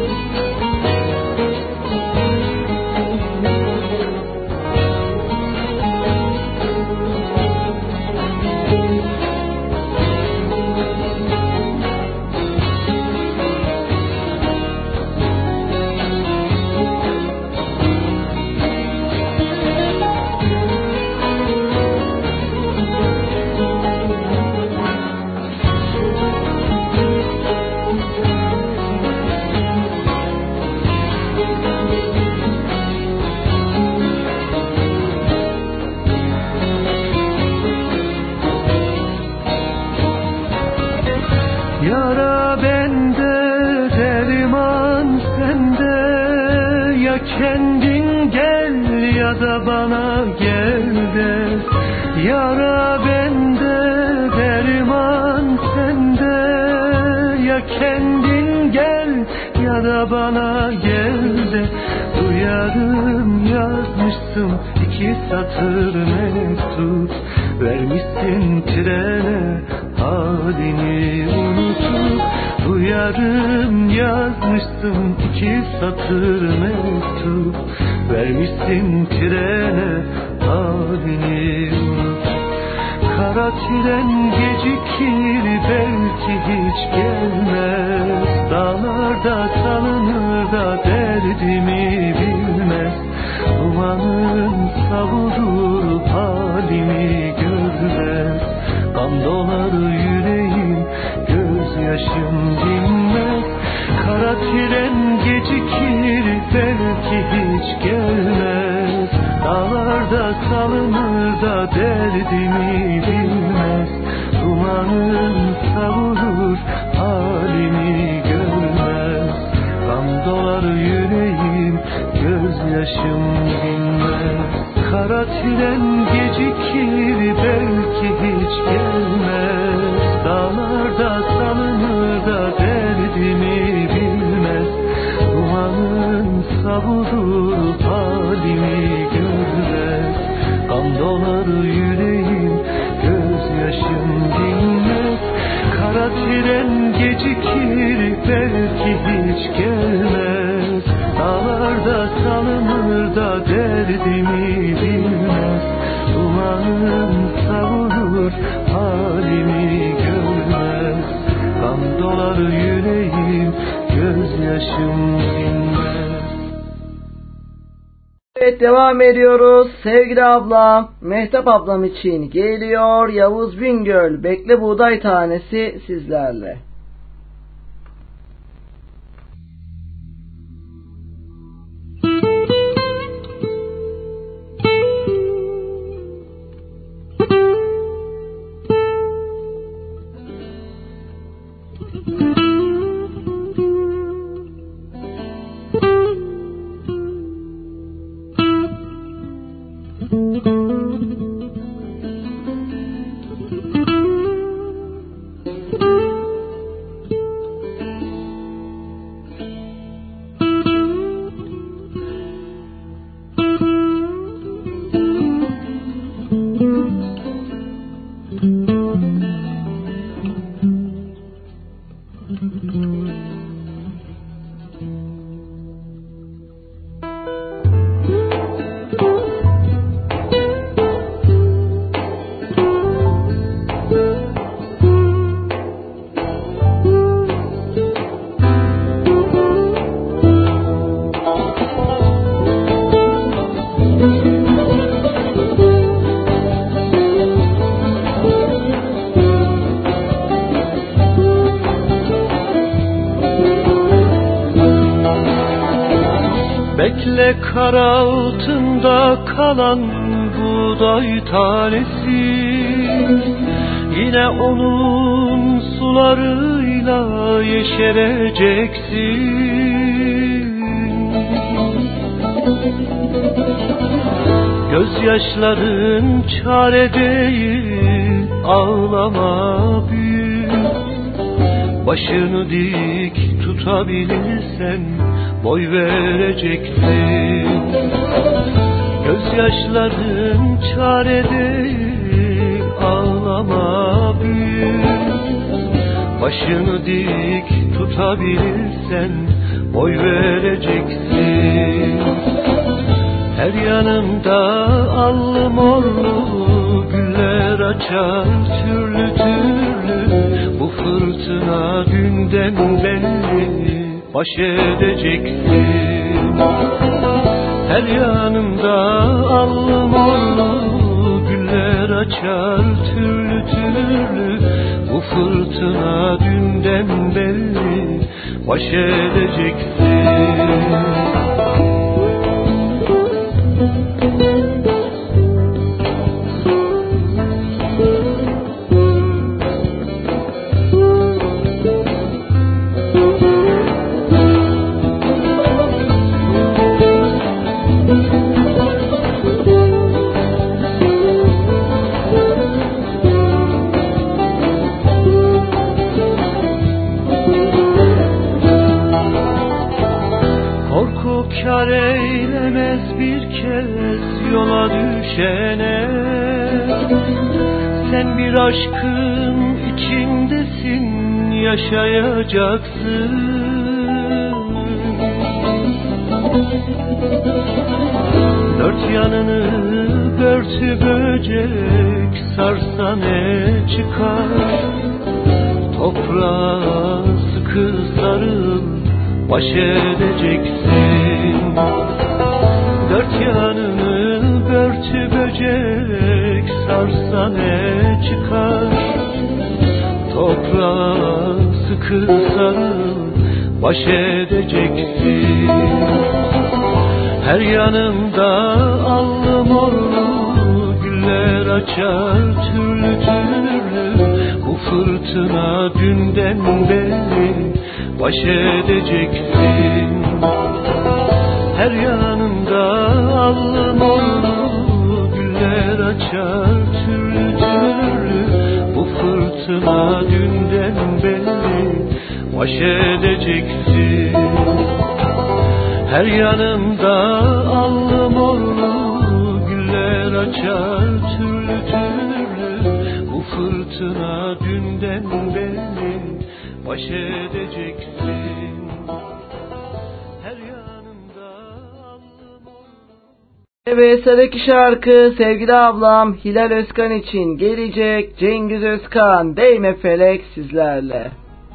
Yara bende, derman sende. Ya kendin gel ya da bana gel de. Yara bende, derman sende. Ya kendin gel ya da bana gel de. Duyarım yazmışsın iki satır mektup. Vermişsin trene halini unutup. Duyarım yazmışsın iki satır mektup. Vermişsin trene halini unutup. Kara tren gecikir belki hiç gelmez. Dağlarda salınır da derdimi bilmez. Dumanım savurur halimi görmez. Kan dolar yüreğim, gözyaşım dinmez. Kara tren gecikir belki hiç gelmez. Dağlarda salınır da derdimi bilmez. Dumanım savurur halimi görmez. Kan dolar yüreğim, gözyaşım dinmez. Kara tren gecikir belki hiç gelmez. Dağlarda salınır da derdimi bilmez. Dumanım savurur halimi görmez. Kan dolar yüreğim, gözyaşım dinmez. Kara tren gecikir belki hiç gelmez. Dağlarda salınır da derdimi bilmez. Dumanım savurur halimi görmez. Kan dolar yüreğim, gözyaşım dinmez. Evet, devam ediyoruz. Sevgili ablam, Mehtap ablam için geliyor Yavuz Bingöl, Bekle Buğday Tanesi sizlerle. Bekle kar altında kalan buğday tanesi, yine onun sularıyla yeşereceksin. Gözyaşların çare değil, ağlama büyük. Başını dik tutabilirsen boy vereceksin. Gözyaşların çare değil, ağlama büyük. Başını dik tutabilirsen boy vereceksin. Her yanında allı morlu güller açar türlü türlü. Bu fırtına dünden belli, baş edeceksin. Her yanında allı morlu güller açar türlü türlü. Bu fırtına dünden belli, baş edeceksin. Kâr eylemez bir kez yola düşene. Sen bir aşkın içindesin, yaşayacaksın. Dört yanını börtü böcek sarsa ne çıkar? Toprağa sıkı sarıl, baş edeceksin. Dört yanını börtü böcek sarsa ne çıkar? Toprağa sıkı sarıl, baş edeceksin. Her yanında allı morlu güller açar türlü türlü. Bu fırtına dünden belli, baş edeceksin. Her yanında allı morlu güller açar türlü türlü. Bu fırtına dünden belli, baş edeceksin. Her yanında allı morlu güller açar türlü türlü. Bu fırtına dünden belli, baş edeceksin. Her yanında allı morlu. Evet, sıradaki şarkı sevgili ablam Hilal Özkan için gelecek. Cengiz Özkan, Değme Felek sizlerle.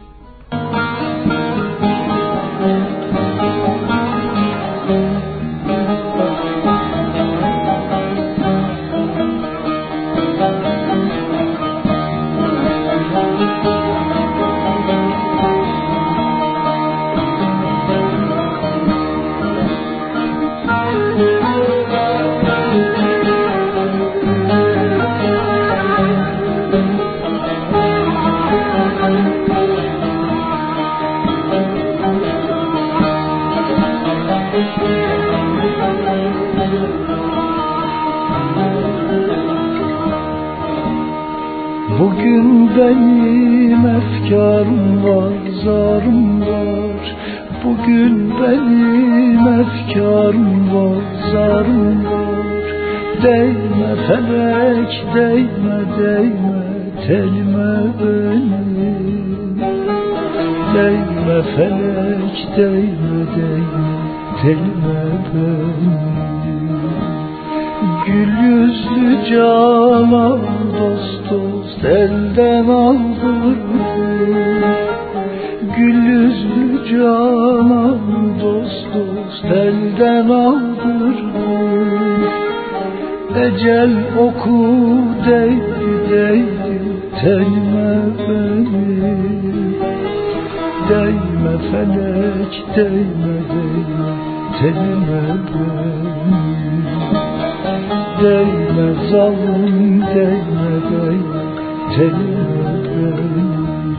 Bugün benim efkarım var, zarım var. Bugün benim efkarım var, zarım var. Değme felek, değme, değme telime benim. Değme felek, değme, değme telime benim. Gül yüzlü canan dost dost elden aldırdı. Gül yüzlü canan dost dost elden aldırdı. Ecel oku değdi değdi telime benim. Değme felek değme değme tenime benim. Değme zalim değme değme tenime benim.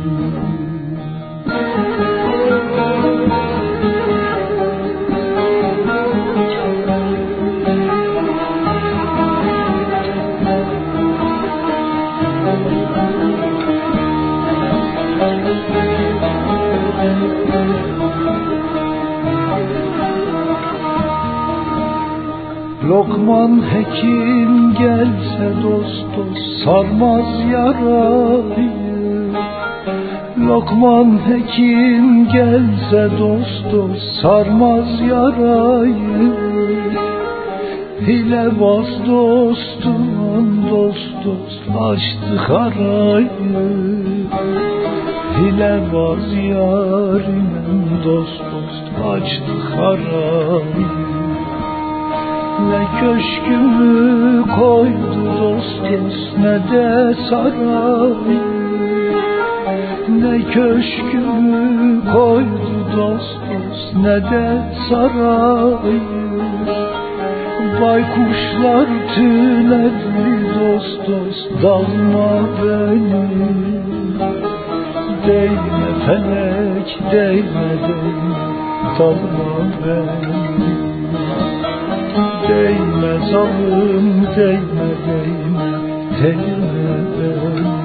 Lokman hekim gelse dost dost sarmaz yarayı. Lokman hekim gelse dost dost sarmaz yarayı. Hilebaz dostum dost dost açtı harayı. Hilebaz yarim dost dost açtı harayı. Ne köşkümü koydu dost dost ne de saray. Ne köşkümü koydu dost dost ne de saray. Baykuşlar tünedi dost dost dalma benim. Değme felek değme değme dalma benim. Değme zalim değme değme tenime benim.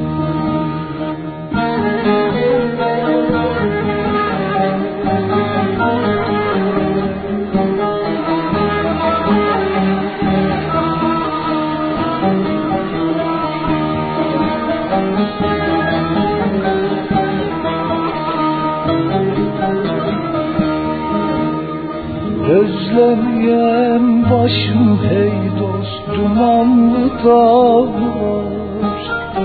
Özlemeyem başım hey dost dumanlı dağlar.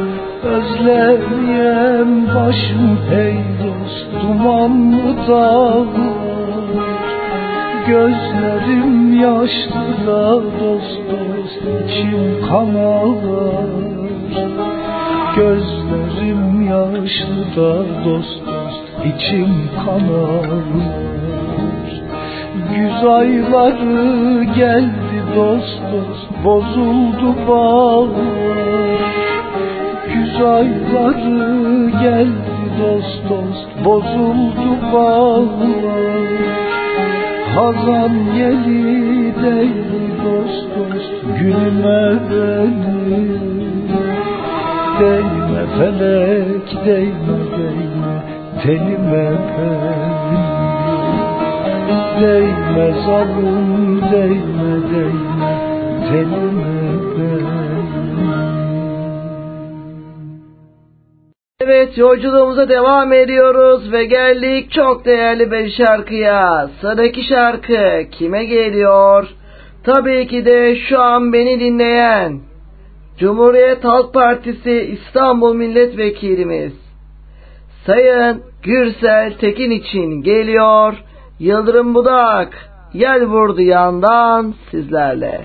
Özlemeyem başım hey dost dumanlı dağlar. Gözlerim yaşlı da dost dost içim kan ağlar. Gözlerim yaşlı da dost dost içim kan ağlar. Güz ayları geldi dost dost bozuldu bağlar. Güz ayları geldi dost dost bozuldu bağlar. Hazan yeli değdi dost dost gülme benim. Değme felek değme değme tenime benim. Değme zalim değme değme tenime benim. Evet, yolculuğumuza devam ediyoruz ve geldik çok değerli bir şarkıya. Sıradaki şarkı kime geliyor? Tabii ki de şu an beni dinleyen Cumhuriyet Halk Partisi İstanbul Milletvekilimiz Sayın Gürsel Tekin için geliyor. Yıldırım Budak, yel vurdu yandan sizlerle.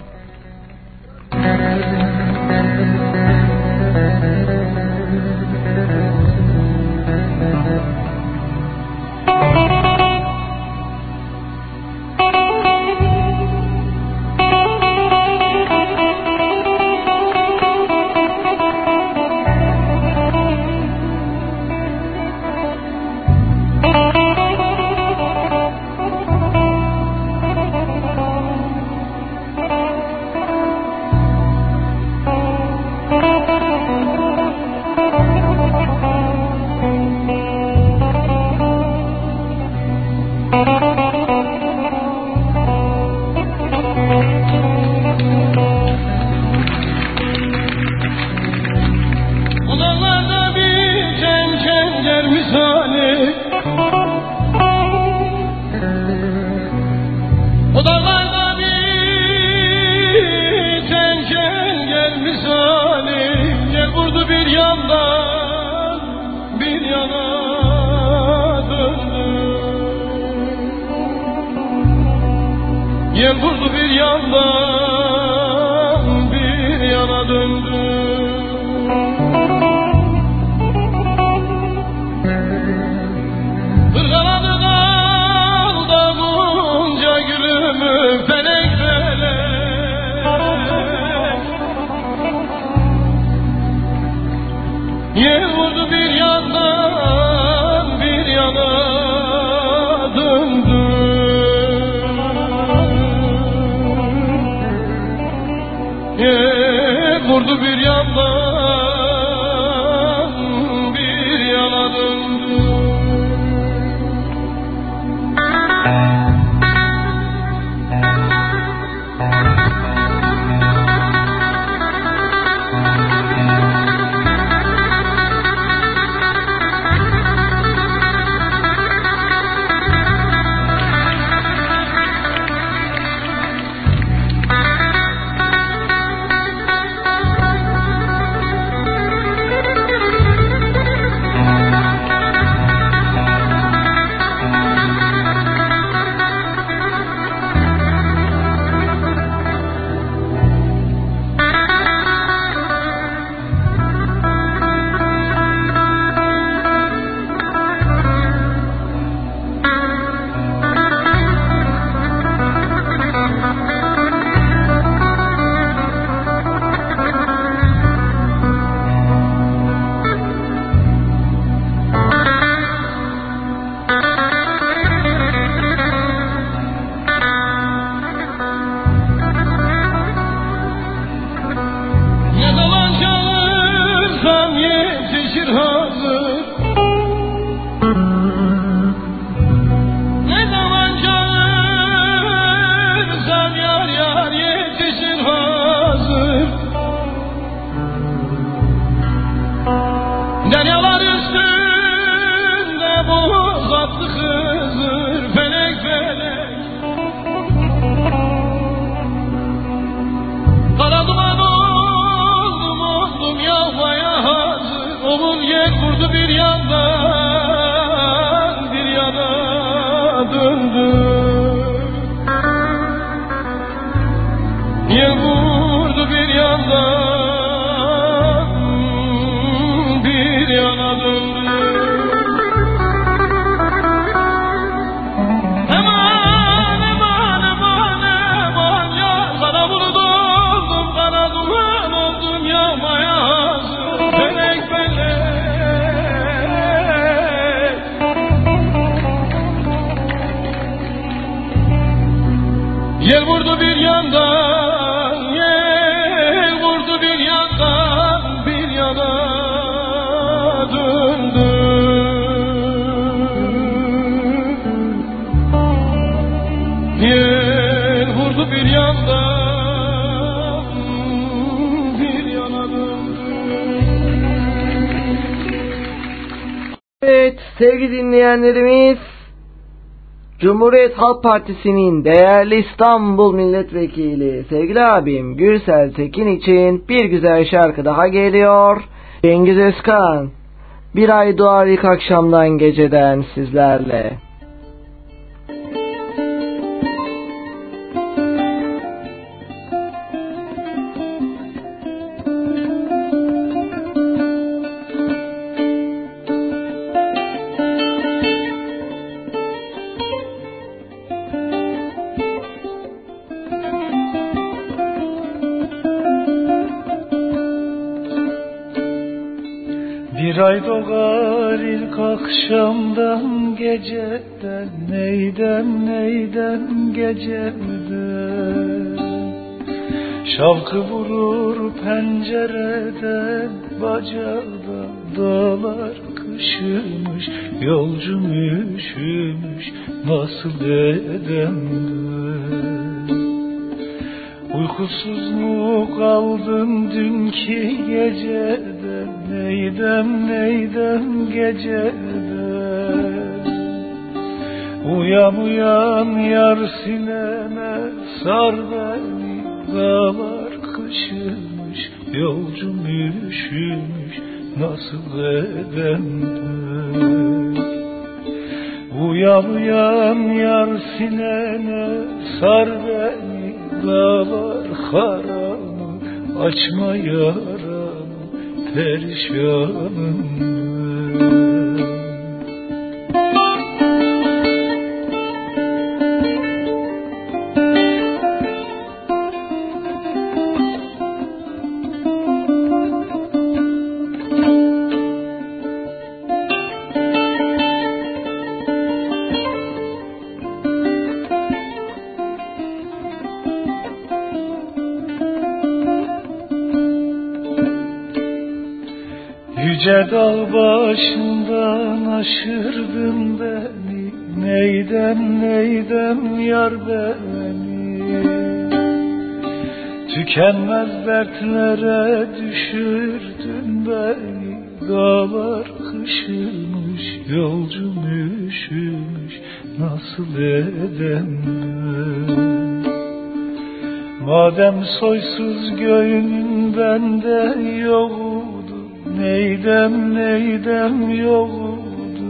Yel vurdu bir yandan bir yana döndü. Yel vurdu bir yandan bir yana döndü. Deryalar üstünde boz attı Hızır felek felek. Kara duman oldum yağmaya hazır. Onun yel vurdu bir yandan bir yana döndü. Yel vurdu bir yandan yana döndü. Eman eman eman eman ya kara bulut oldum kara duman oldum yağmaya hazır. Felek felek. Yel vurdu bir yandan yel vurdu bir yandan bir yana döndü. Yel vurdu bir yandan bir yana döndü. Evet sevgili dinleyenlerimiz, Cumhuriyet Halk Partisi'nin değerli İstanbul Milletvekili sevgili abim Gürsel Tekin için bir güzel şarkı daha geliyor. Cengiz Özkan, Bir Ay Doğar İlk Akşamdan Geceden sizlerle. Bir ay doğar ilk akşamdan geceden, neyden geceden. Şavkı vurur pencereden, bacada dağlar kışımış, yolcum üşümüş, nasıl edem ben? Uykusuz mu kaldın dünkü geceden, neyden geceden. Uyan yar sineme sar beni, dağlar kışımış, yolcum üşümüş, nasıl edem ben? Uyan yar sineme sar beni, dağlar haramı, açma yaramı, perişanım ben. Yine dağ başından aşırdın beni, neydem neydem yar beni. Tükenmez dertlere düşürdün beni, dağlar kışımış, yolcum üşümüş, nasıl edem ben? Madem soysuz göğünün bende yoktu, neydem neydem yoktu.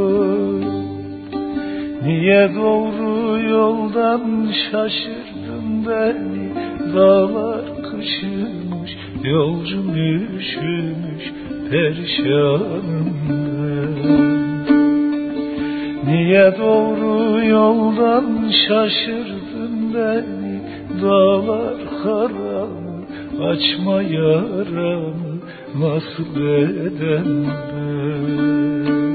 Niye doğru yoldan şaşırdın beni, dağlar kışımış, yolcum üşümüş, perişanım ben. Niye doğru yoldan şaşırdın beni, dağlar karanı, açma yaramı, nasıl edem ben?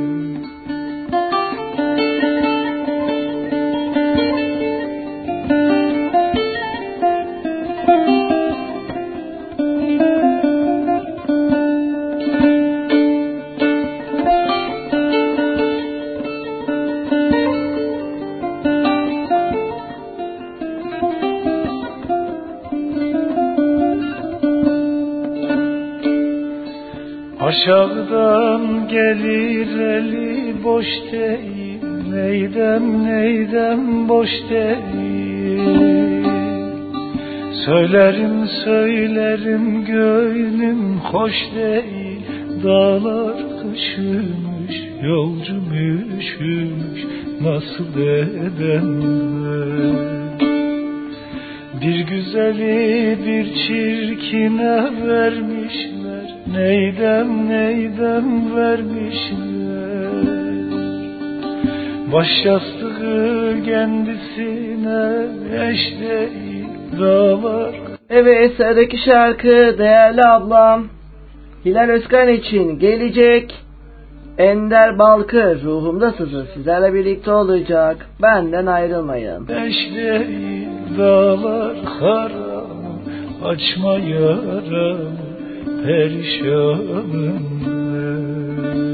Aşağıdan gelir eli boş değil, neydem neydem boş değil. Söylerim söylerim gönlüm hoş değil, dağlar kışımış, yolcum üşümüş, nasıl edem ben? Bir güzeli bir çirkine vermişler, neydem neydem vermişler. Baş yastığı kendisine eş değil, dağlar. Evet, sıradaki şarkı değerli ablam Hilal Özkan için gelecek. Ender Balkır ruhumda sızı sizlerle birlikte olacak. Benden ayrılmayın. Eş değil, dağlar karanı, açma yaramı, perişanım ben.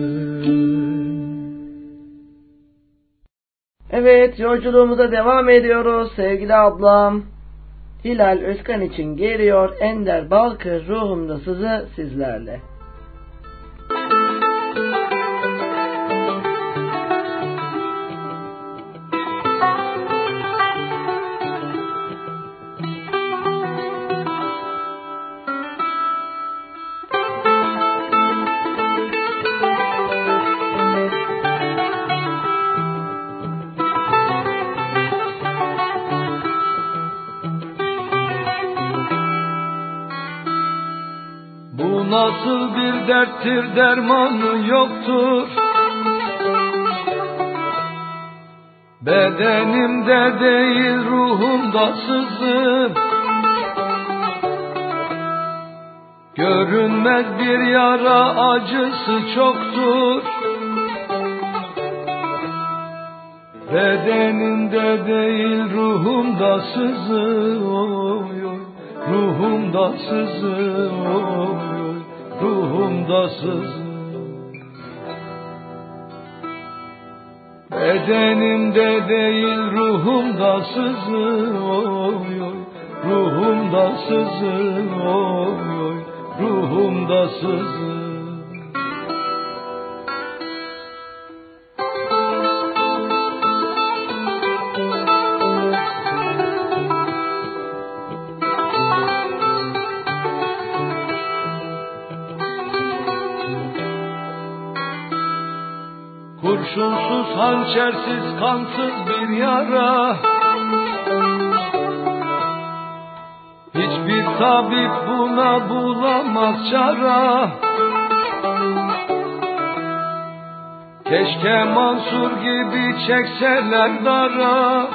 Evet, yolculuğumuza devam ediyoruz sevgili ablam. Hilal Özkan için geliyor Ender Balkır ruhumda sızı sizlerle. Nasıl bir derttir dermanı yoktur, bedenimde değil ruhumda sızır. Görünmez bir yara acısı çoktur, bedenimde değil ruhumda sızır. Oy oy, ruhumda sızır. Oy oy, ruhumda sızır. Bedenimde değil ruhumda sızır. Oy oy, ruhumda sızır. Oy oy, ruhumda sızır. Kurşunsuz, hançersiz, kansız bir yara, hiçbir tabip buna bulamaz çara. Keşke Mansur gibi çekseler dara,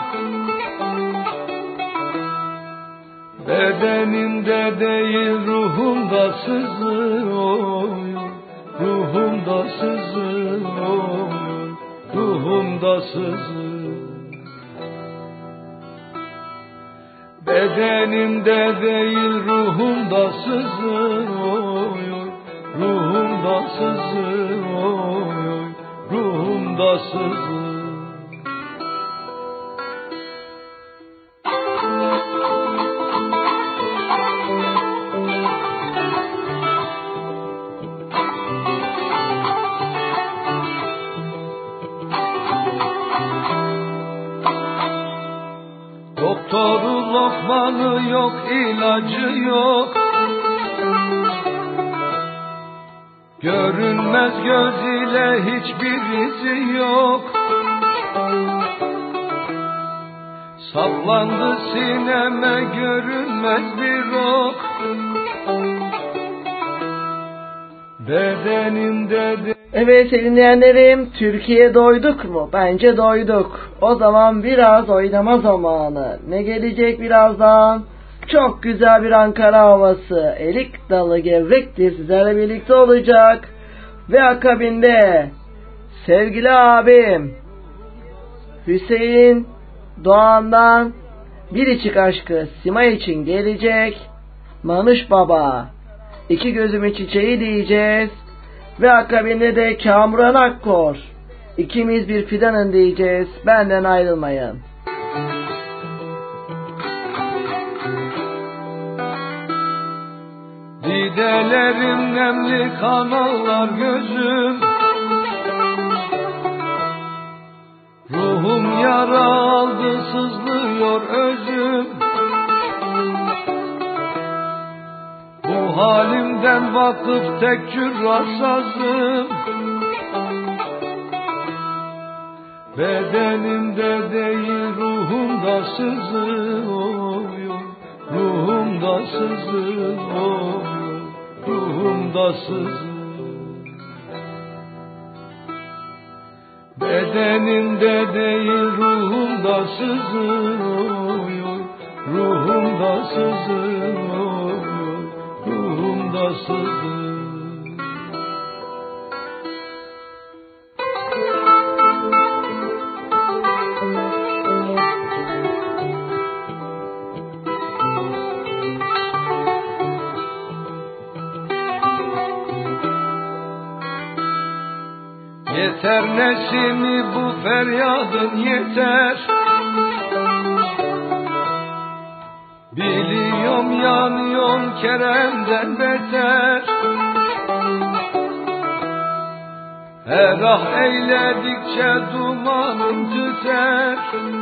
bedenimde değil ruhumda sızır. Oy, ruhumda sızır. Oy, ruhumda sızır. Bedenimde değil ruhumda sızır. Oy, ruhumda ruhumda sızı, oy, ruhumda sızı. Doktoru lokmanı yok, ilacı yok. Görünmez göz ile hiçbir izi yok. Saplandı sineme görünmez bir ok. Bedenimde de... Evet sevgili dinleyenlerim, Türkiye doyduk mu? Bence doyduk. O zaman biraz oynama zamanı. Ne gelecek birazdan? Çok güzel bir Ankara havası. Erik dalı gevrektir sizlerle birlikte olacak. Ve akabinde sevgili abim Hüseyin Doğan'dan Biricik Aşkı Simay için gelecek. Manuş Baba, İki Gözümün Çiçeği diyeceğiz. Ve akabinde de Kamuran Akkor, İkimiz Bir Fidanın diyeceğiz. Benden ayrılmayın. Didelerim nemli kanallar gözüm. Ruhum yara aldı sızlıyor özüm. Bu halimden vakıf tek cürrasazım. Bedenimde değil ruhumda sızı, oy, ruhumda sızı, oy, ruhumda sızı. Bedenimde değil ruhumda sızı, oy, ruhumda sızı, oy, ruhumda sızı. Yeter nesimi bu feryadın yeter. Biliyorum yanıyorum Kerem'den beter. Her ah eyledikçe dumanım tüter.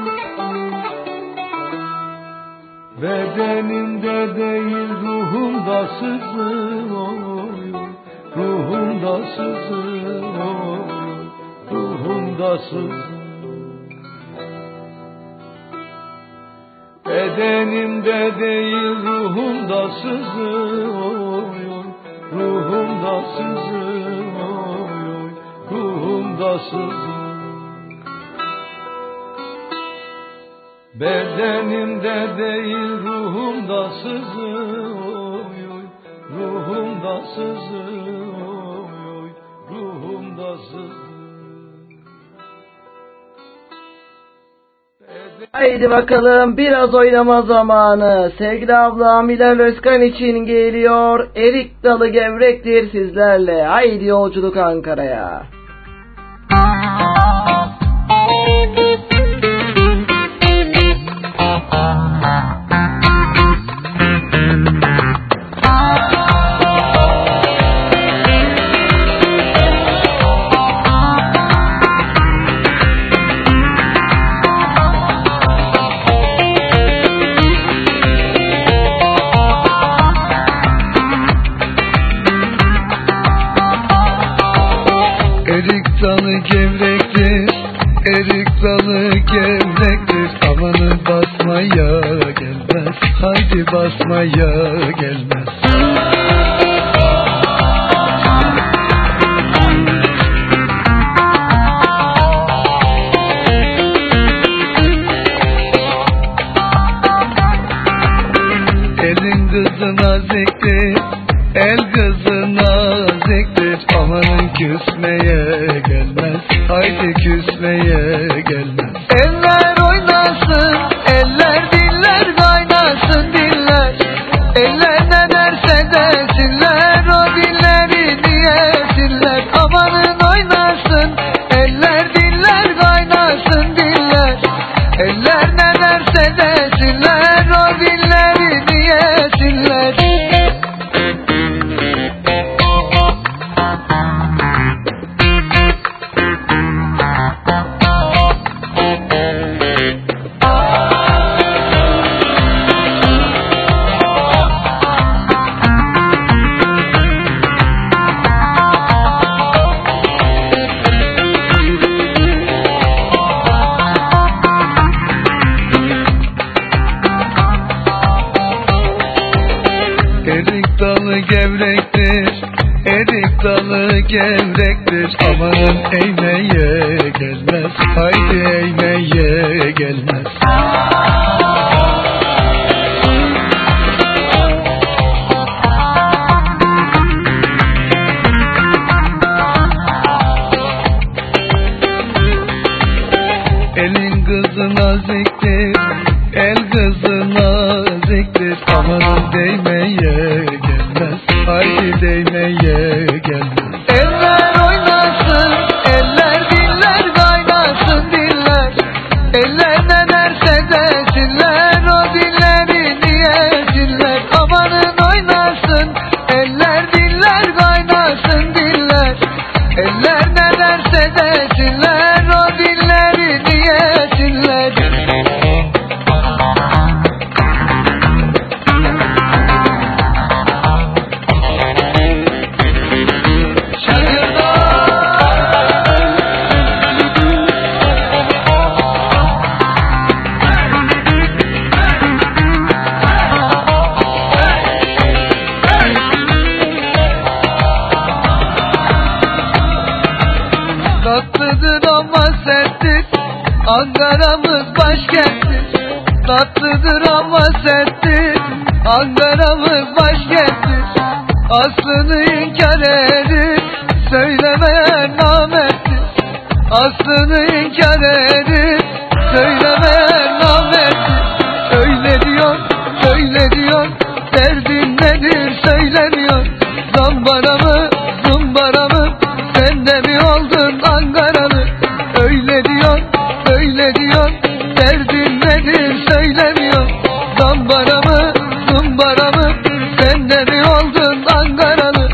Bedenimde değil ruhumda sızı, oy, ruhumda sızı, oy, ruhumda sızı. Bedenimde değil ruhumda sızı, oy, ruhumda sızı, oy, ruhumda sızı. Bedenimde değil ruhumda sızı, oy, ruhumda sızı, oy, ruhumda sızı. Haydi bakalım biraz oynama zamanı. Sevgili ablam Hilal Özkan için geliyor. Erik dalı gevrektir sizlerle. Haydi yolculuk Ankara'ya. Gevrektir, erik dalı gevrektir. Amanı basmaya gelmez, haydi basmaya gelmez. Elin kızı naziktir, el kızı naziktir. Amanın küsmeye gelmez, haydi küsmeye gelmez. Eller oynasın, eller diller kaynasın diller. Eller ne derse desinler, o dilleri niye gevrektir, erik dalı gevrektir. Amanın eğmeye gelmez, haydi eğmeye gelmez. Elin kızı naziktir, el kızı naziktir. Amanın değmeye gelmez, haydi değmeye gelmez. Eller oynasın, eller diller kaynasın diller. Eller ne derse desinler, o dilleri niyesinler. Amanın oynasın, eller diller kaynasın diller. Eller ne derse desinler, o dilleri niyesinler. Tatlıdır ama serttir, Ankara'mız başkenttir. Tatlıdır ama serttir, Ankara'mız başkenttir. Aslını inkar edip söylemeyen namerttir. Aslını inkar edip söylemeyen namerttir. Öyle diyor, öyle diyor, derdin nedir söylemiyor. Zambara mı, zumbara mı, sen de mi oldun Ankaralı? Öyle diyor, öyle diyor, derdin nedir söylemiyor. Zambara mı, zumbara mı, sen de mi oldun Ankaralı?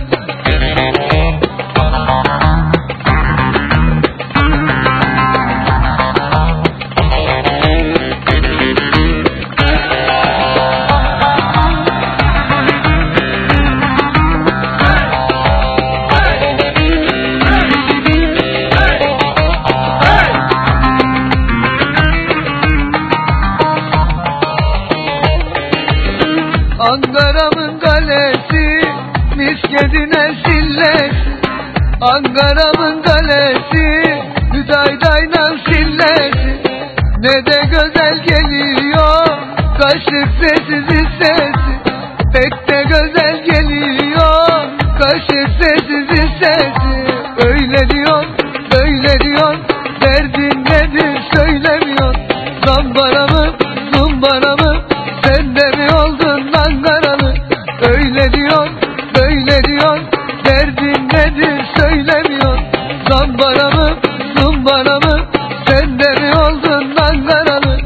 Ankara'mın kalesi, misketine sillesi. Ankara'mın kalesi, Hüdaydayla sillesi. Ne de güzel geliyor, kaşık sessiz sesi. Pek de güzel geliyor, kaşık sessiz sesi. Öyle diyor, böyle diyor, derdin nedir söylemiyor. Zambara mı, zumbara mı, sen de mi oldun Ankaralı? Öyle diyor, böyle diyor, derdin nedir söylemiyor. Zambara mı, zumbara mı, sen de mi oldun Ankaralı?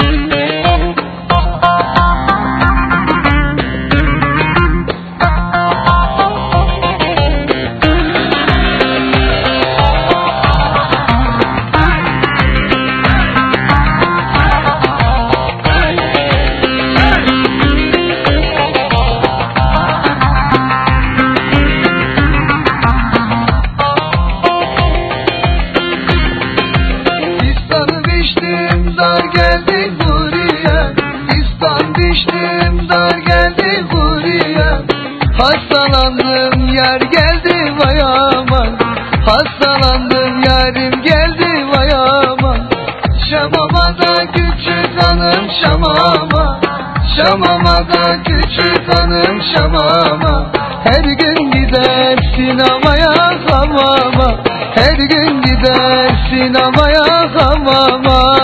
Dar geldi buraya, İslam düştüm dar geldi buraya. Hastalandım yer geldi vay aman, hastalandım yarim geldi vay aman. Şamama da küçük hanım şamama, şamama da küçük hanım şamama. Her gün gider sinemaya hamama, her gün gider sinemaya hamama.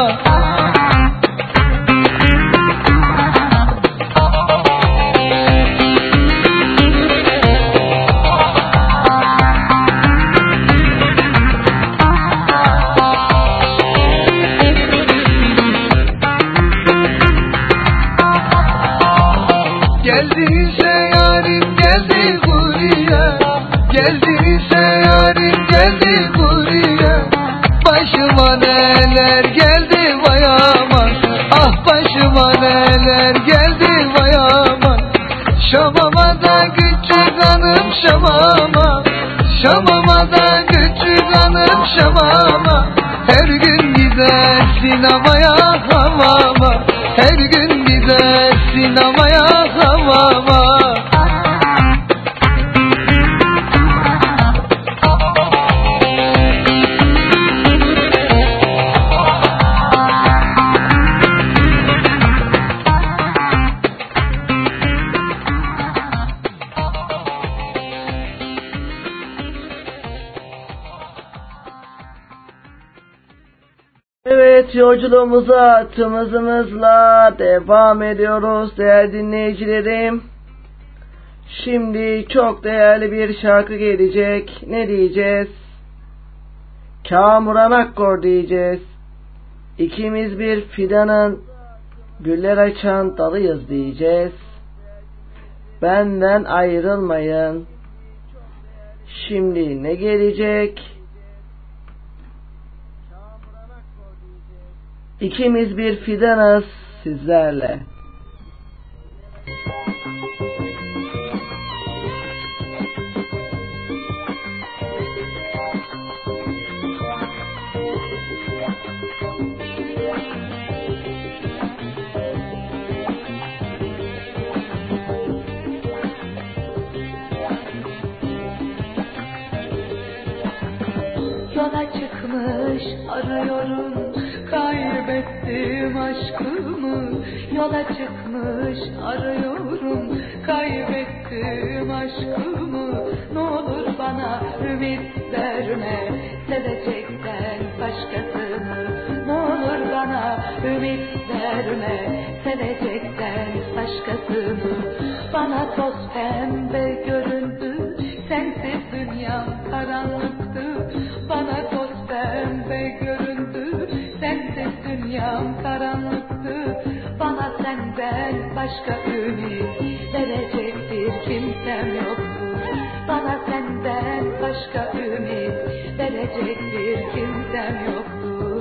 Geldiyse yarim geldi buraya, geldiyse yarim geldi buraya. Başıma neler geldi Evet, yolculuğumuza tüm hızımızla devam ediyoruz değerli dinleyicilerim. Şimdi çok değerli bir şarkı gelecek. Ne diyeceğiz? Kamuran Akkor diyeceğiz. İkimiz bir fidanın güller açan dalıyız diyeceğiz. Benden ayrılmayın. Şimdi ne gelecek? İkimiz bir fidanız sizlerle. Yola çıkmış arıyorum, kaybettim aşkımı. Yola çıkmış arıyorum, kaybettim aşkımı. Ne olur bana ümit verme, sevecekten başkasını. Ne olur bana ümit verme, sevecekten başkasını. Bana toz pembe göründü, sensiz dünyam karanlıktı. Bana toz pembe göründü, sensiz dünyam karanlıktı. Bana senden başka ümit verecek bir kimsem yoktu. Bana senden başka ümit verecek bir kimsem yoktu.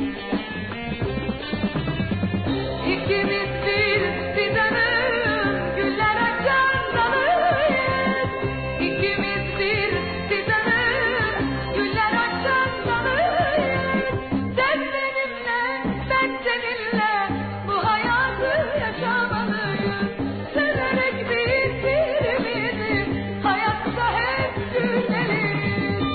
İkimiz bir fidanın güller açan dalıyız. İkimiz bir fidanın güller açan dalıyız. Sen benimle, ben seninle bu hayatı yaşamalıyız. Severek birbirimizi hayatta hep gülmeliyiz.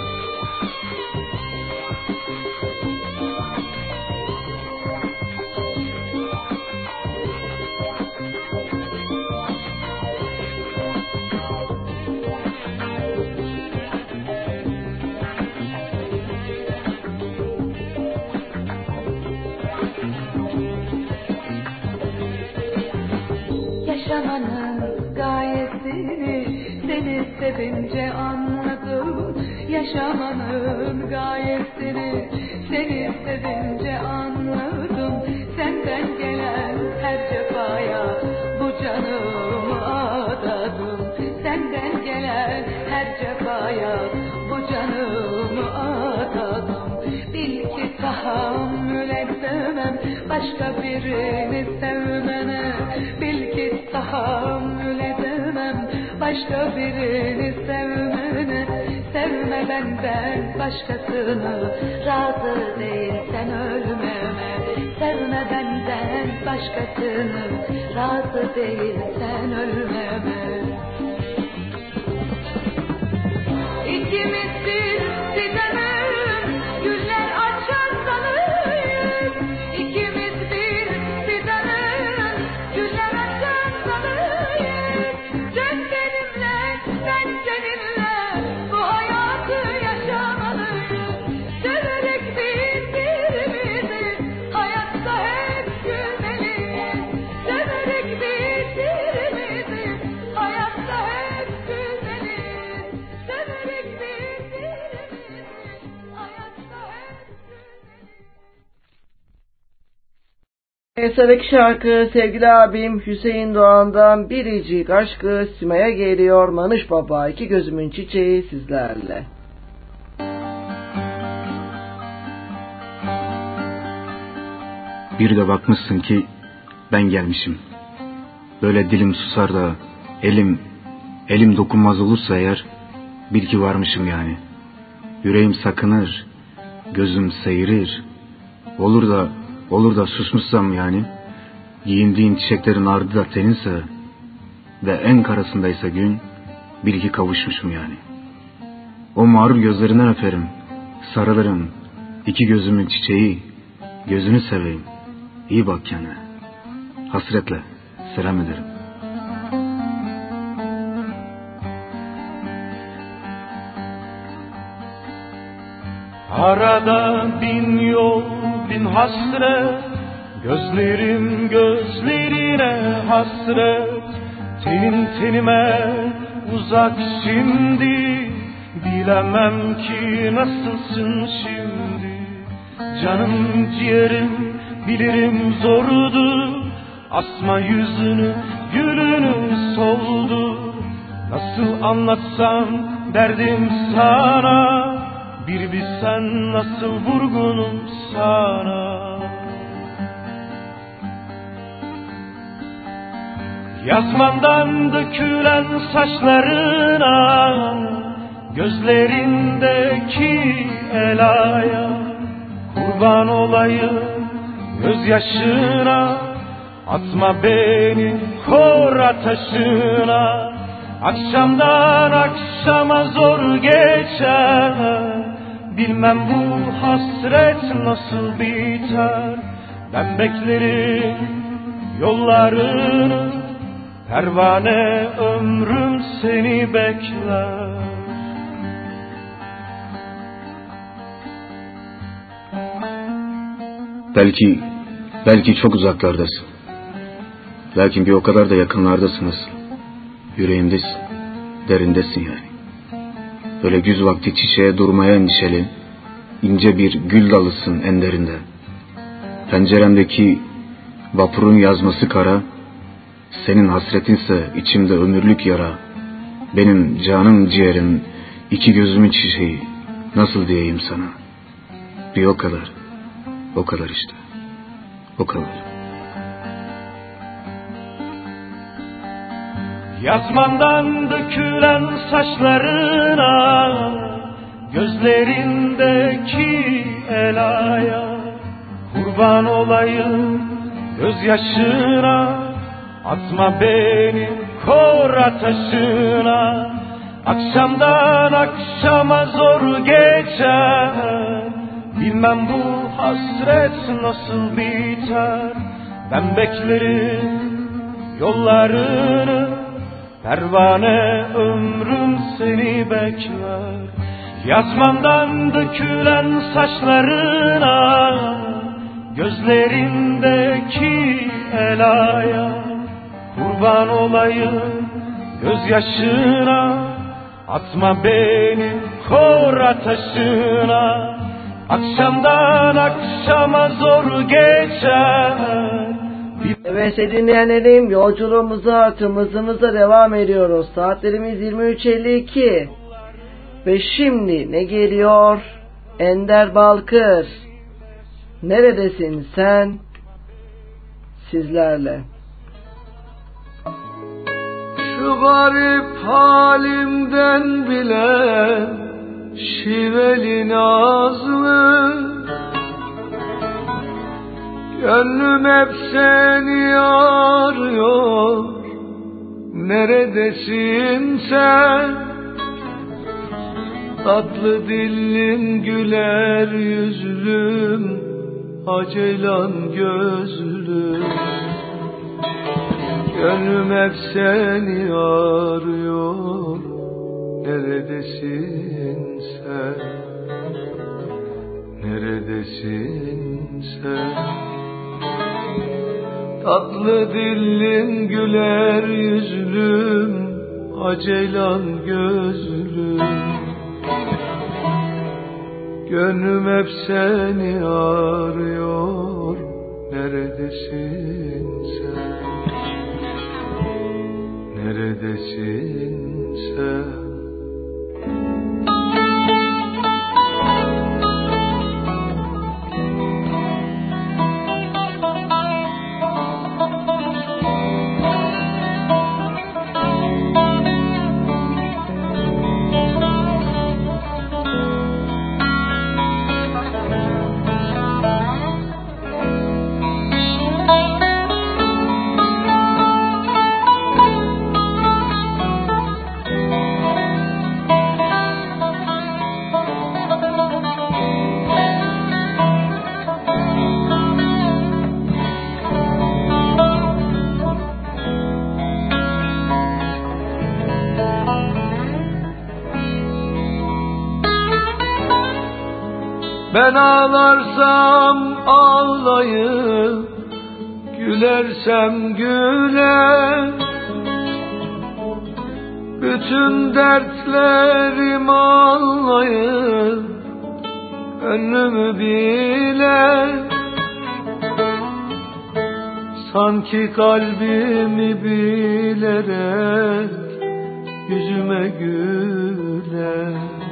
Yaşamanın gayesini seni sevince anladım. Yaşamanın gayesini seni sevince anladım. Senden gelen her cefaya bu canımı adadım. Senden gelen her cefaya bu canımı adadım. Bil ki tahammül edemem başka birini sevmene. Bil ki tahammül edemem başka birini sevmene. Sevme benden başkasını, razı değilsen ölmeme. Sevme benden başkasını, razı değilsen ölmeme. İkimiz bir fidanın güller açan dalıyız. İkimiz bir fidanın güller açan dalıyız. Sen benimle, ben seninle bu hayatı yaşamalıyız. Severek birbirimizi hayatta hep gülmeliyiz. Severek birbirimizi hayatta hep gülmeliyiz. Severek birbirimizi hayatta hep gülmeliyiz. Sıradaki şarkı sevgili abim Hüseyin Doğan'dan Biricik Aşkı Sima'ya geliyor. Manış Baba, iki gözümün çiçeği sizlerle. Bir de bakmışsın ki ben gelmişim. Böyle dilim susar da elim dokunmaz olursa eğer, bil ki varmışım yani. Yüreğim sakınır, gözüm seyirir. Olur da susmuşsam yani, giyindiğin çiçeklerin ardı da teninse ve en karasındaysa gün, bil ki kavuşmuşum yani. O mağrur gözlerinden öperim, sarılırım, iki gözümün çiçeği, gözünü seveyim, iyi bak kendine. Hasretle selam ederim. Arada bin yol bin hasret. Gözlerim gözlerine hasret. Tenin tenime uzak şimdi. Bilemem ki nasılsın şimdi. Canım ciğerim bilirim zordu. Asma yüzünü gülünü soldu. Nasıl anlatsam derdim sana. Bir bilsen nasıl vurgunum sana. Yazmandan dökülen saçlarına, gözlerindeki elaya kurban olayım gözyaşına. Atma beni kor ateşine. Akşamdan akşama zor geçer. Bilmem bu hasret nasıl biter. Ben beklerim yollarını. Pervane ömrüm seni bekler. Belki çok uzaklardasın. Lakin bir o kadar da yakınlardasınız. Yüreğimdesin, derindesin yani. Böyle güz vakti çiçeğe durmaya endişeli, ince bir gül dalısın en derinde. Penceremdeki vapurun yazması kara, senin hasretinse içimde ömürlük yara. Benim canım ciğerim, iki gözümün çiçeği, nasıl diyeyim sana? Bir o kadar işte, o kadar. Yazmandan dökülen saçlarına, gözlerindeki elaya kurban olayım gözyaşına. Atma beni kor ateşine. Akşamdan akşama zor geçer. Bilmem bu hasret nasıl biter. Ben beklerim yollarını. Pervane ömrüm seni bekler. Yazmandan dökülen saçlarına, gözlerindeki elaya kurban olayım gözyaşına. Atma beni kor ateşine. Akşamdan akşama zor geçer. Evet dinleyenlerim, yolculuğumuza tımızımıza devam ediyoruz. Saatlerimiz 23.52 ve şimdi ne geliyor? Ender Balkır, neredesin sen? Sizlerle. Şu garip halimden bile şiveli nazlı, gönlüm hep seni arıyor. Neredesin sen? Tatlı dillim, güler yüzlüm, aceylan gözlüm. Gönlüm hep seni arıyor. Neredesin sen? Neredesin sen? Tatlı dillim, güler yüzlüm, aceylan gözlüm. Gönlüm hep seni arıyor. Neredesin sen? Neredesin sen? Ben ağlarsam ağlayıp gülersem güler, bütün dertlerim ağlayıp önümü biler. Sanki kalbimi bilerek yüzüme güler.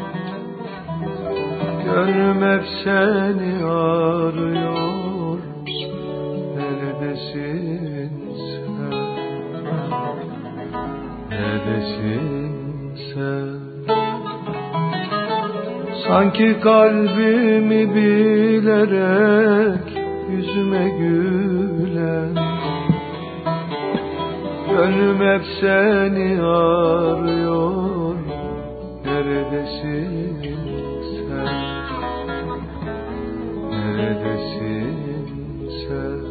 Gönlüm hep seni arıyor, neredesin sen, neredesin sen? Sanki kalbimi bilerek yüzüme gülen. Gönlüm hep seni arıyor, neredesin sen, neredesin sen?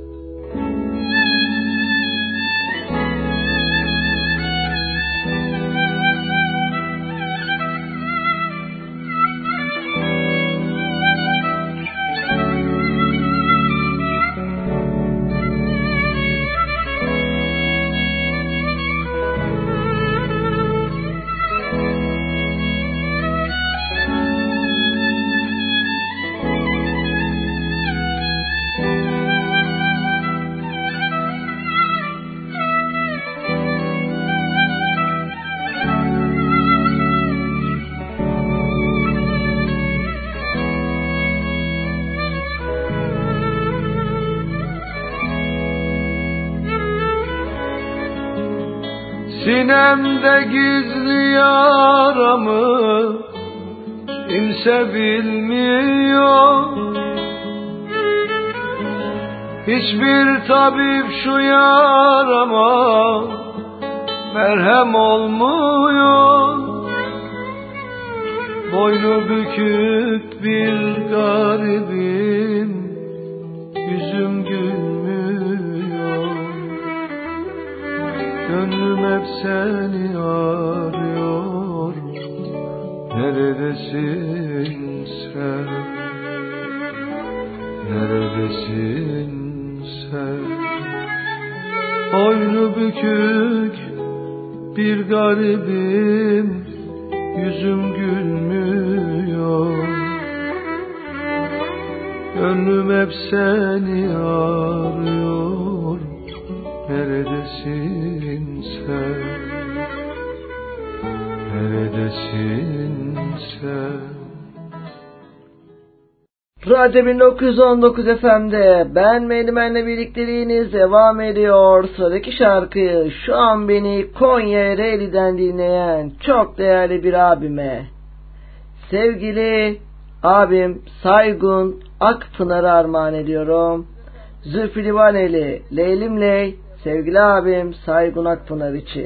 Sinemde gizli yaramı kimse bilmiyor. Hiçbir tabip şu yarama merhem olmuyor. Boynu bükük bir garibim, yüzüm gülmüyor. Gönlüm hep seni arıyor, neredesin sen, neredesin sen? Boynu bükük bir garibim, yüzüm gülmüyor. Gönlüm hep seni arıyor, neredesin sen, neredesin sen? Radyo 1919 FM'de Ben Meylimen'le birlikteliğiniz devam ediyor. Sıradaki şarkıyı şu an beni Konya Ereğli'den dinleyen çok değerli bir abime, sevgili abim Saygun Akpınar'a armağan ediyorum. Zülfü Livaneli Leylim Ley, sevgili abim Saygun Akpınar için.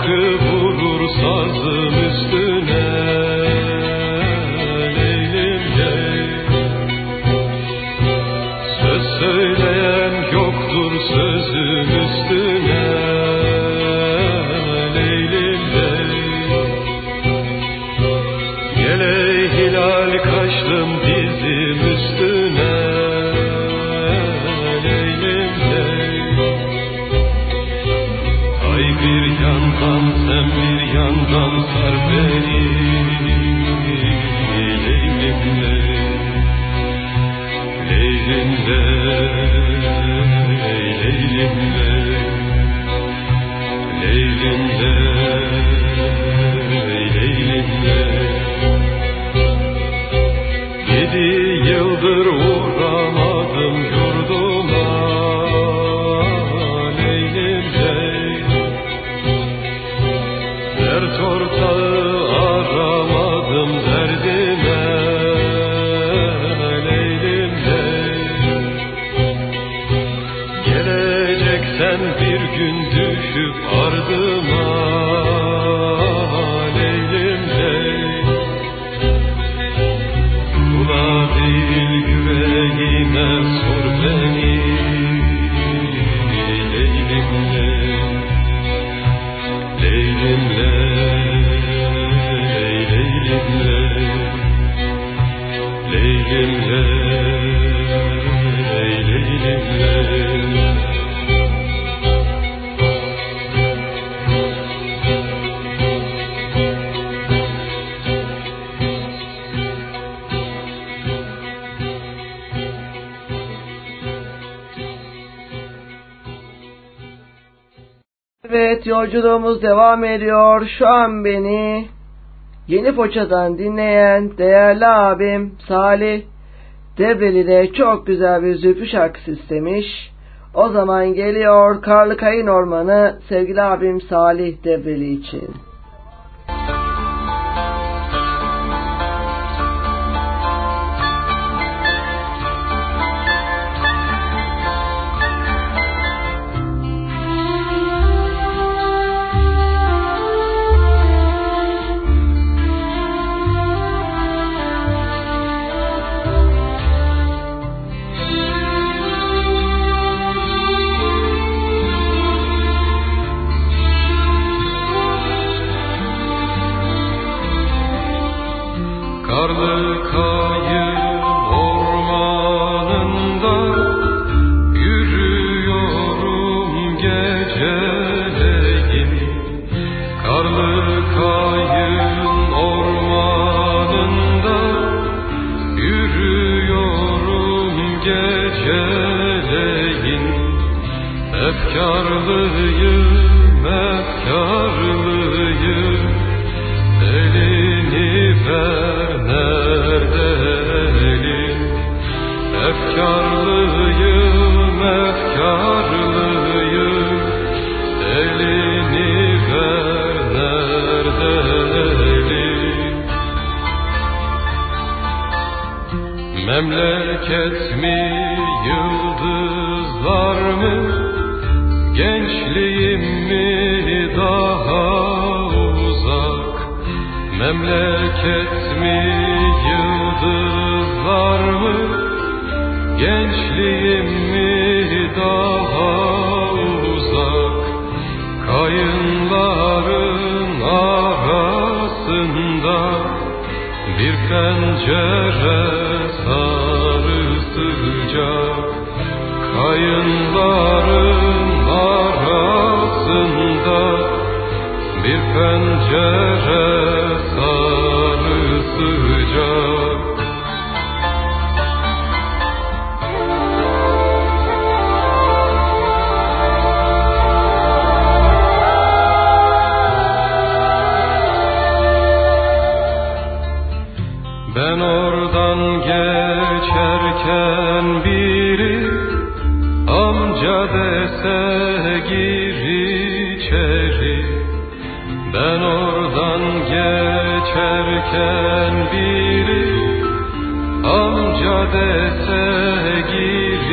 yankı vurur sazım üstüne. Leylim ley, söz söyleyen yoktur sözüm üstüne. Leylim ley, gele hilal kaşlım dizim üstüne. Leylim ley, ay bir yandan sen bir yandan sar beni. Leylim ley, leylim ley, leylim ley, leylim ley, leylim ley. 7 yıldır uğramadım yurduma. Leylim ley, dert ortağı aramadım derdime. Leylim ley, geleceksen bir gün düşüp ardıma. Leylim ley, kula değil yüreğime sor beni. Leylim ley, leylim ley, leylim ley, leylim ley, leylim ley. Evet, yolculuğumuz devam ediyor. Şu an beni Yeni Foça'dan dinleyen değerli abim Salih Debreli'de çok güzel bir zülfü şarkısı istemiş. O zaman geliyor Karlı Kayın Ormanı sevgili abim Salih Debreli için. Karlı Kayın ormanında yürüyorum geceleyin. Karlı Kayın ormanında yürüyorum geceleyin. Efkarlıyım, efkarlıyım, elini ver nerede elin. Efkarlıyım, efkarlıyım, elini ver nerede elin. Memleket mi, yıldızlar mı, gençliğim mi daha uzak? Memleket mi, yıldızlar mı, gençliğim mi daha uzak? Kayınların arasında bir pencere sarı sıcak. Kayınların arasında bir pencere sarı sıcak. Ben oradan geçerken biri amca dese gir içeri. Ben oradan geçerken biri amca dese gir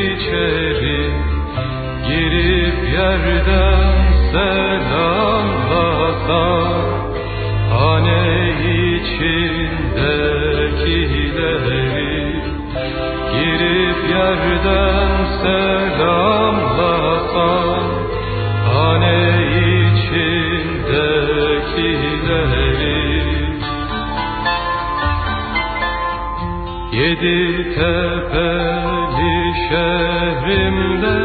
içeri. Girip yerden selamlar Yedi tepeli şehrimde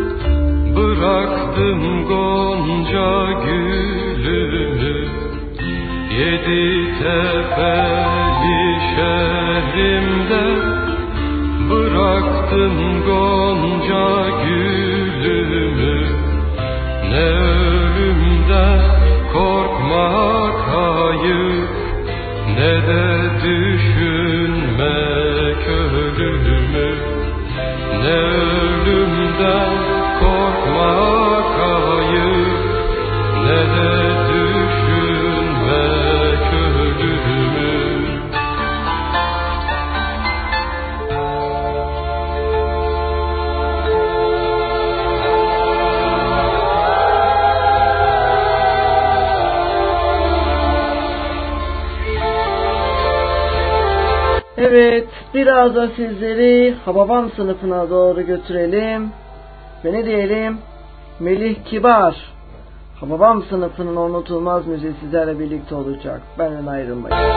bıraktım gonca gülümü. Yedi tepeli şehrimde bıraktım gonca gülümü. Ne ölümden korkmak ayıp, ne de düşünmek ölümü. Ne ölümden korkmak ayıp, ne de düşünmek ölümü. Evet, biraz da sizleri Hababam sınıfına doğru götürelim. Ve ne diyelim? Melih Kibar. Hababam sınıfının unutulmaz müziği sizlerle birlikte olacak. Benden ayrılmayın.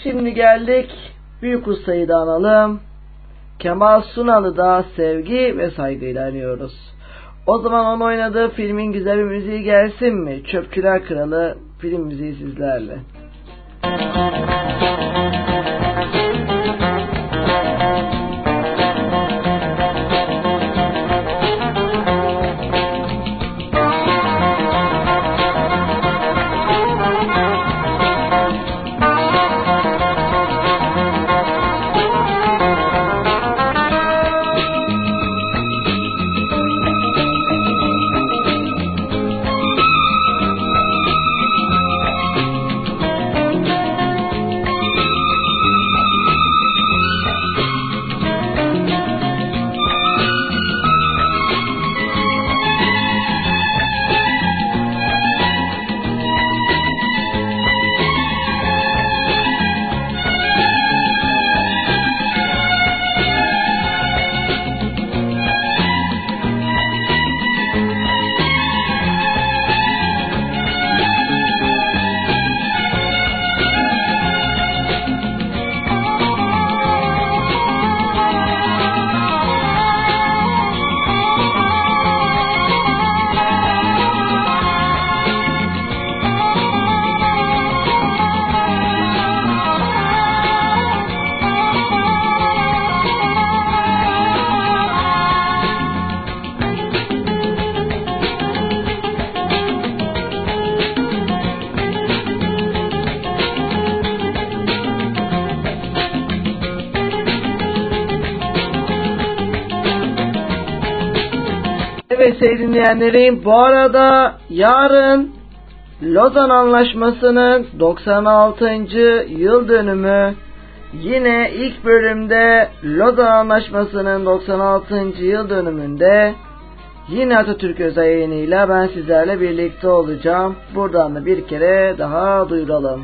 Şimdi geldik büyük ustayı da analım. Kemal Sunal'ı da sevgi ve saygıyla anıyoruz. O zaman onun oynadığı filmin güzel bir müziği gelsin mi? Çöpçüler Kralı film müziği sizlerle. Evet sevgili dinleyenlerim, bu arada yarın Lozan Anlaşması'nın 96. yıl dönümü. Yine ilk bölümde Lozan Anlaşması'nın 96. yıl dönümünde yine Atatürk özel yayınıyla ben sizlerle birlikte olacağım. Buradan da bir kere daha duyuralım.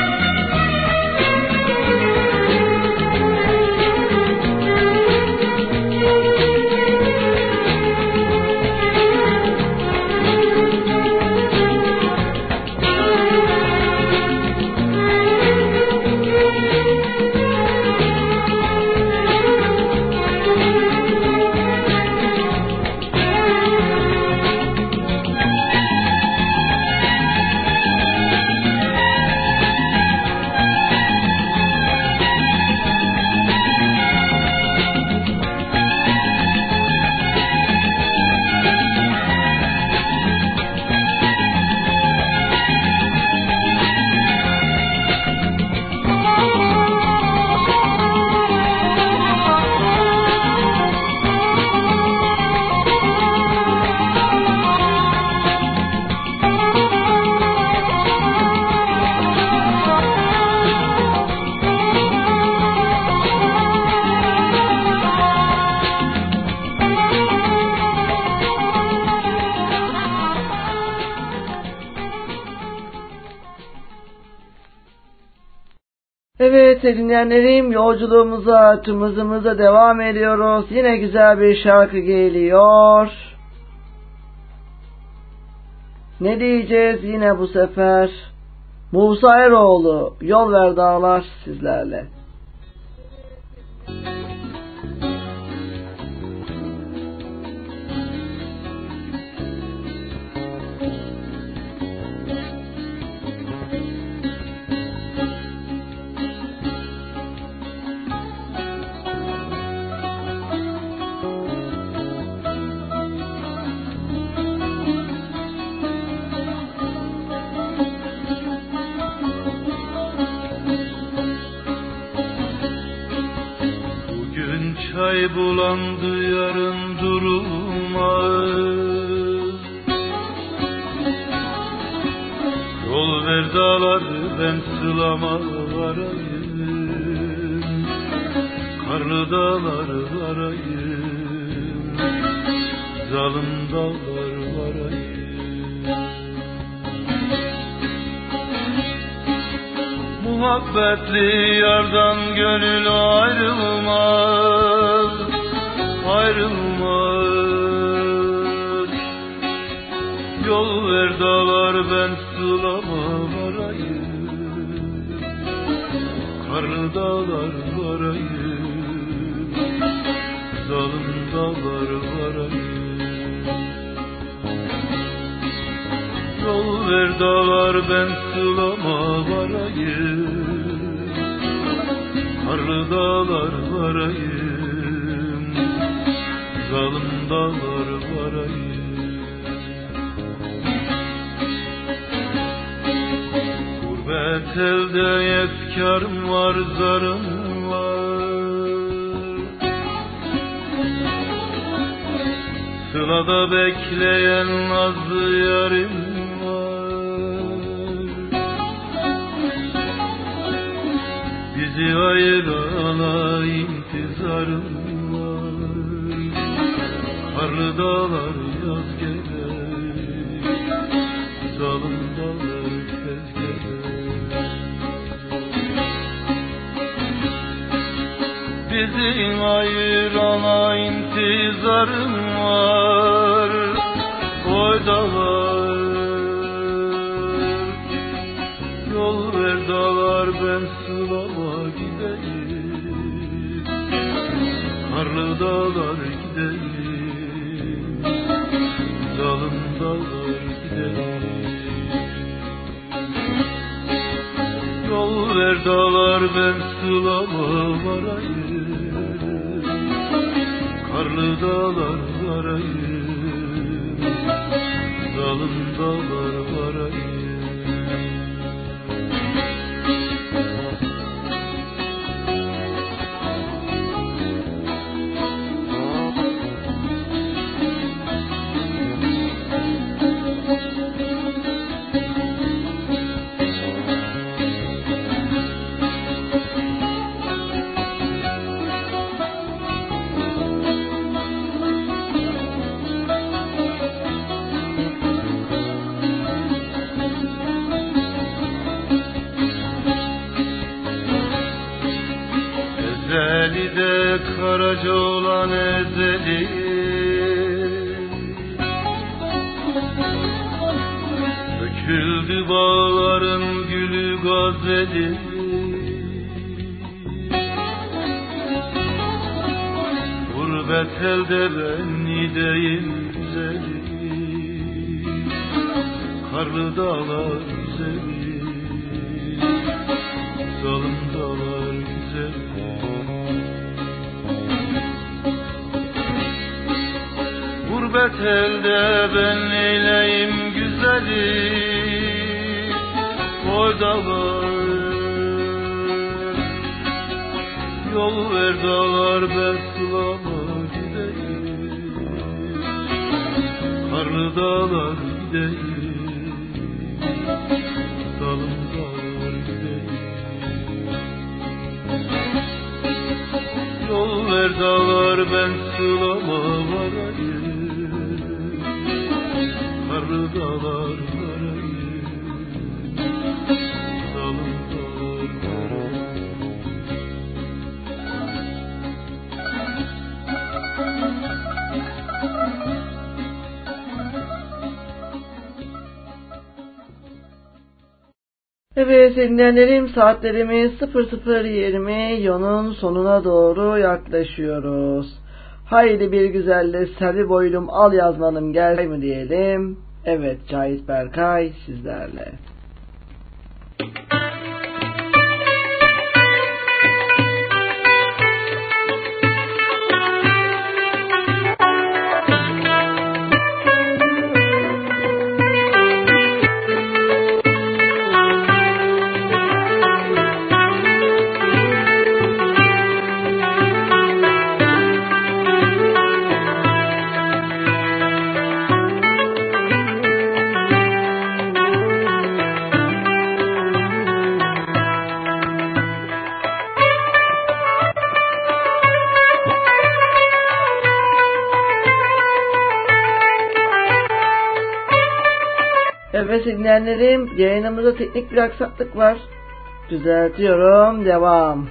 Evet dinleyenlerim, yolculuğumuza, tüm hızımıza devam ediyoruz. Yine güzel bir şarkı geliyor. Ne diyeceğiz yine bu sefer? Musa Eroğlu, Yol Ver Dağlar sizlerle. Çay bulandı yarın durulmaz. Yol ver dağlar ben sılama varayım. Karlı dağlar varayım. Zalim dağlar varayım. Muhabbetli yardan gönül ayrılmaz, ayrılmaz. Yol ver dağlar ben sılama varayım. Kar Karlı dağlar varayım, zalim dağlar varayım. Yol ver dağlar ben sılama varayım, karlı dağlar varayım, zalim dağlar varayım. Gurbet elde efkarım var, zarım var, sılada bekleyen nazlı yarim var. Bizi ayırana intizarım var, karlı dağlar yaz gelir, zalim dağlar tez gelir. Bizi ayırana intizarım var, oy dağlar. Yol ver dağlar ben sılama gideyim, karlı dağlar gideyim, zalim dağlar gideyim. Yol ver dağlar ben sılama varayım, karlı dağlar varayım, zalim dağlar varayım. Ezeli'de karaca olan ezeli, döküldü bağların gülü gazeli. Gurbet elde ben gideyim güzeli, karlı dağlar güzeli, zalim dağlar güzeli. Gurbet elde ben neyleyim güzeli, oy dağlar. Yol ver dağlar ben sılama gideyim, karlı dağlar gideyim, zalim dağlar gideyim. Yol ver dağlar ben sılama varayım, karlı dağlar varayım, zalim dağlar varayım. Evet dinleyenlerim, saatlerimiz 00:20, yolun sonuna doğru yaklaşıyoruz. Haydi bir güzelle Selvi boylum al yazmanım gel mi diyelim. Evet, Cahit Berkay sizlerle. Evet dinleyenlerim, yayınımızda teknik bir aksaklık var. Düzeltiyorum, devam.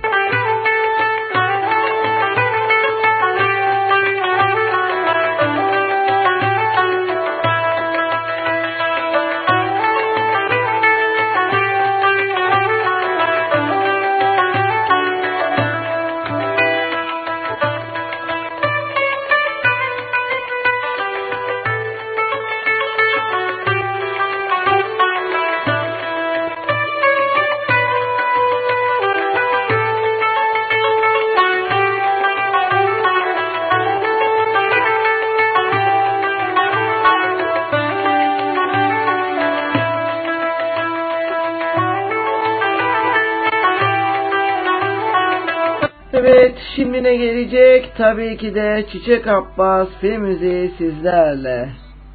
yine gelecek. Tabii ki de Çiçek Abbas film müziği sizlerle.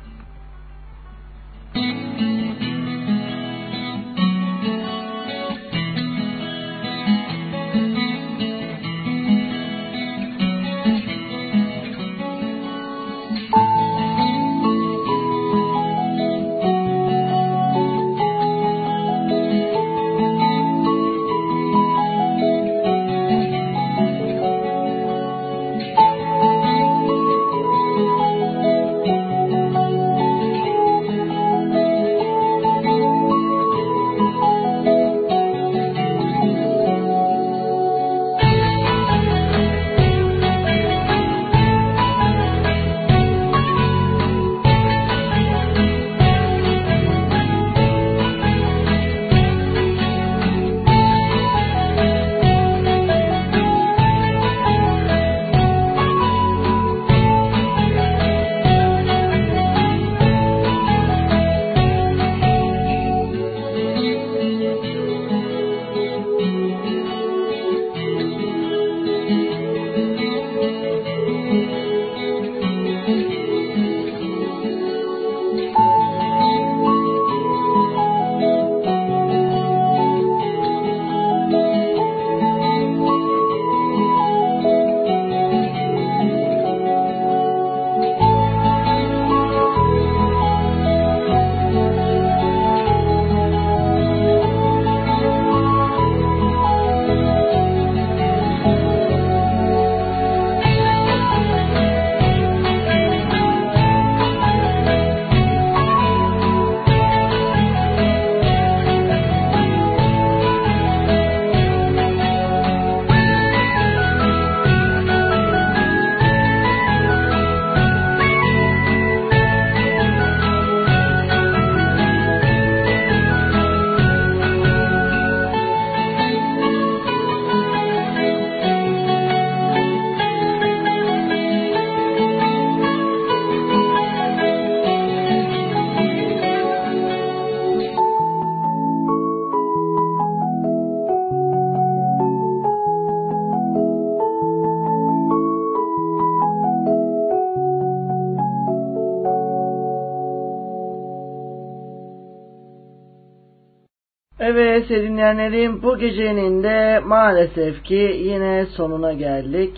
Evet sevgili dinleyenlerim, bu gecenin de maalesef ki yine sonuna geldik.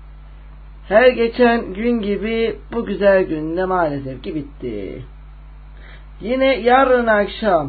Her geçen gün gibi bu güzel gün de maalesef ki bitti. Yine yarın akşam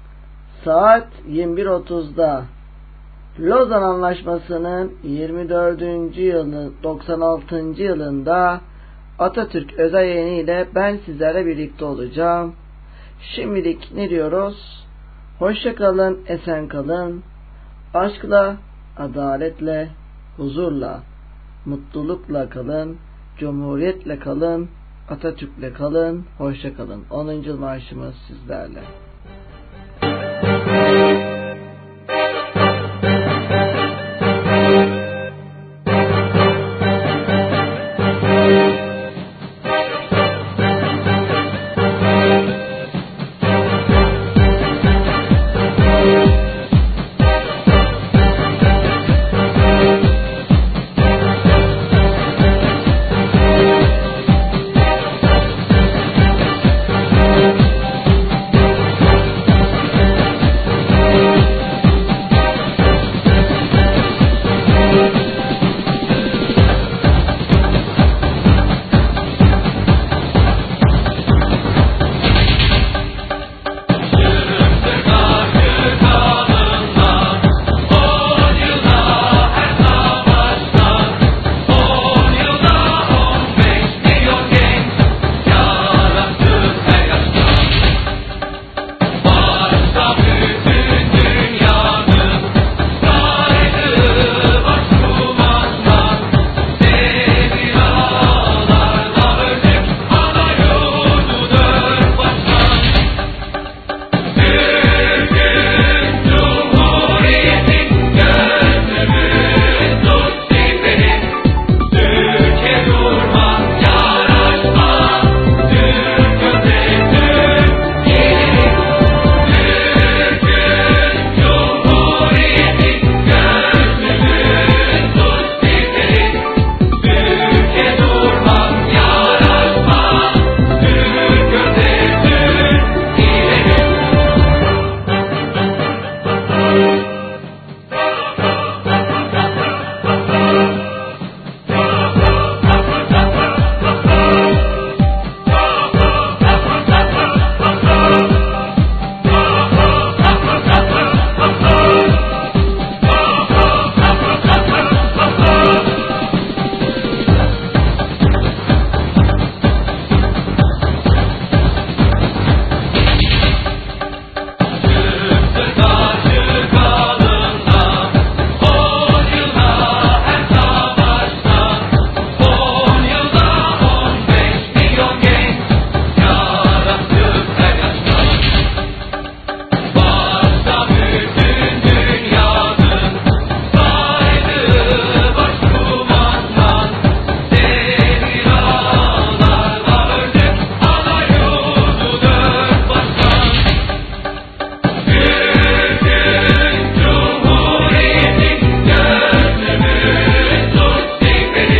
saat 21.30'da Lozan Anlaşması'nın 24. yılı 96. yılında Atatürk özel yayını ile ben sizlerle birlikte olacağım. Şimdilik ne diyoruz? Hoşça kalın, esen kalın. Aşkla, adaletle, huzurla, mutlulukla kalın. Cumhuriyetle kalın. Atatürk'le kalın. Hoşça kalın. 10. marşımız sizlerle.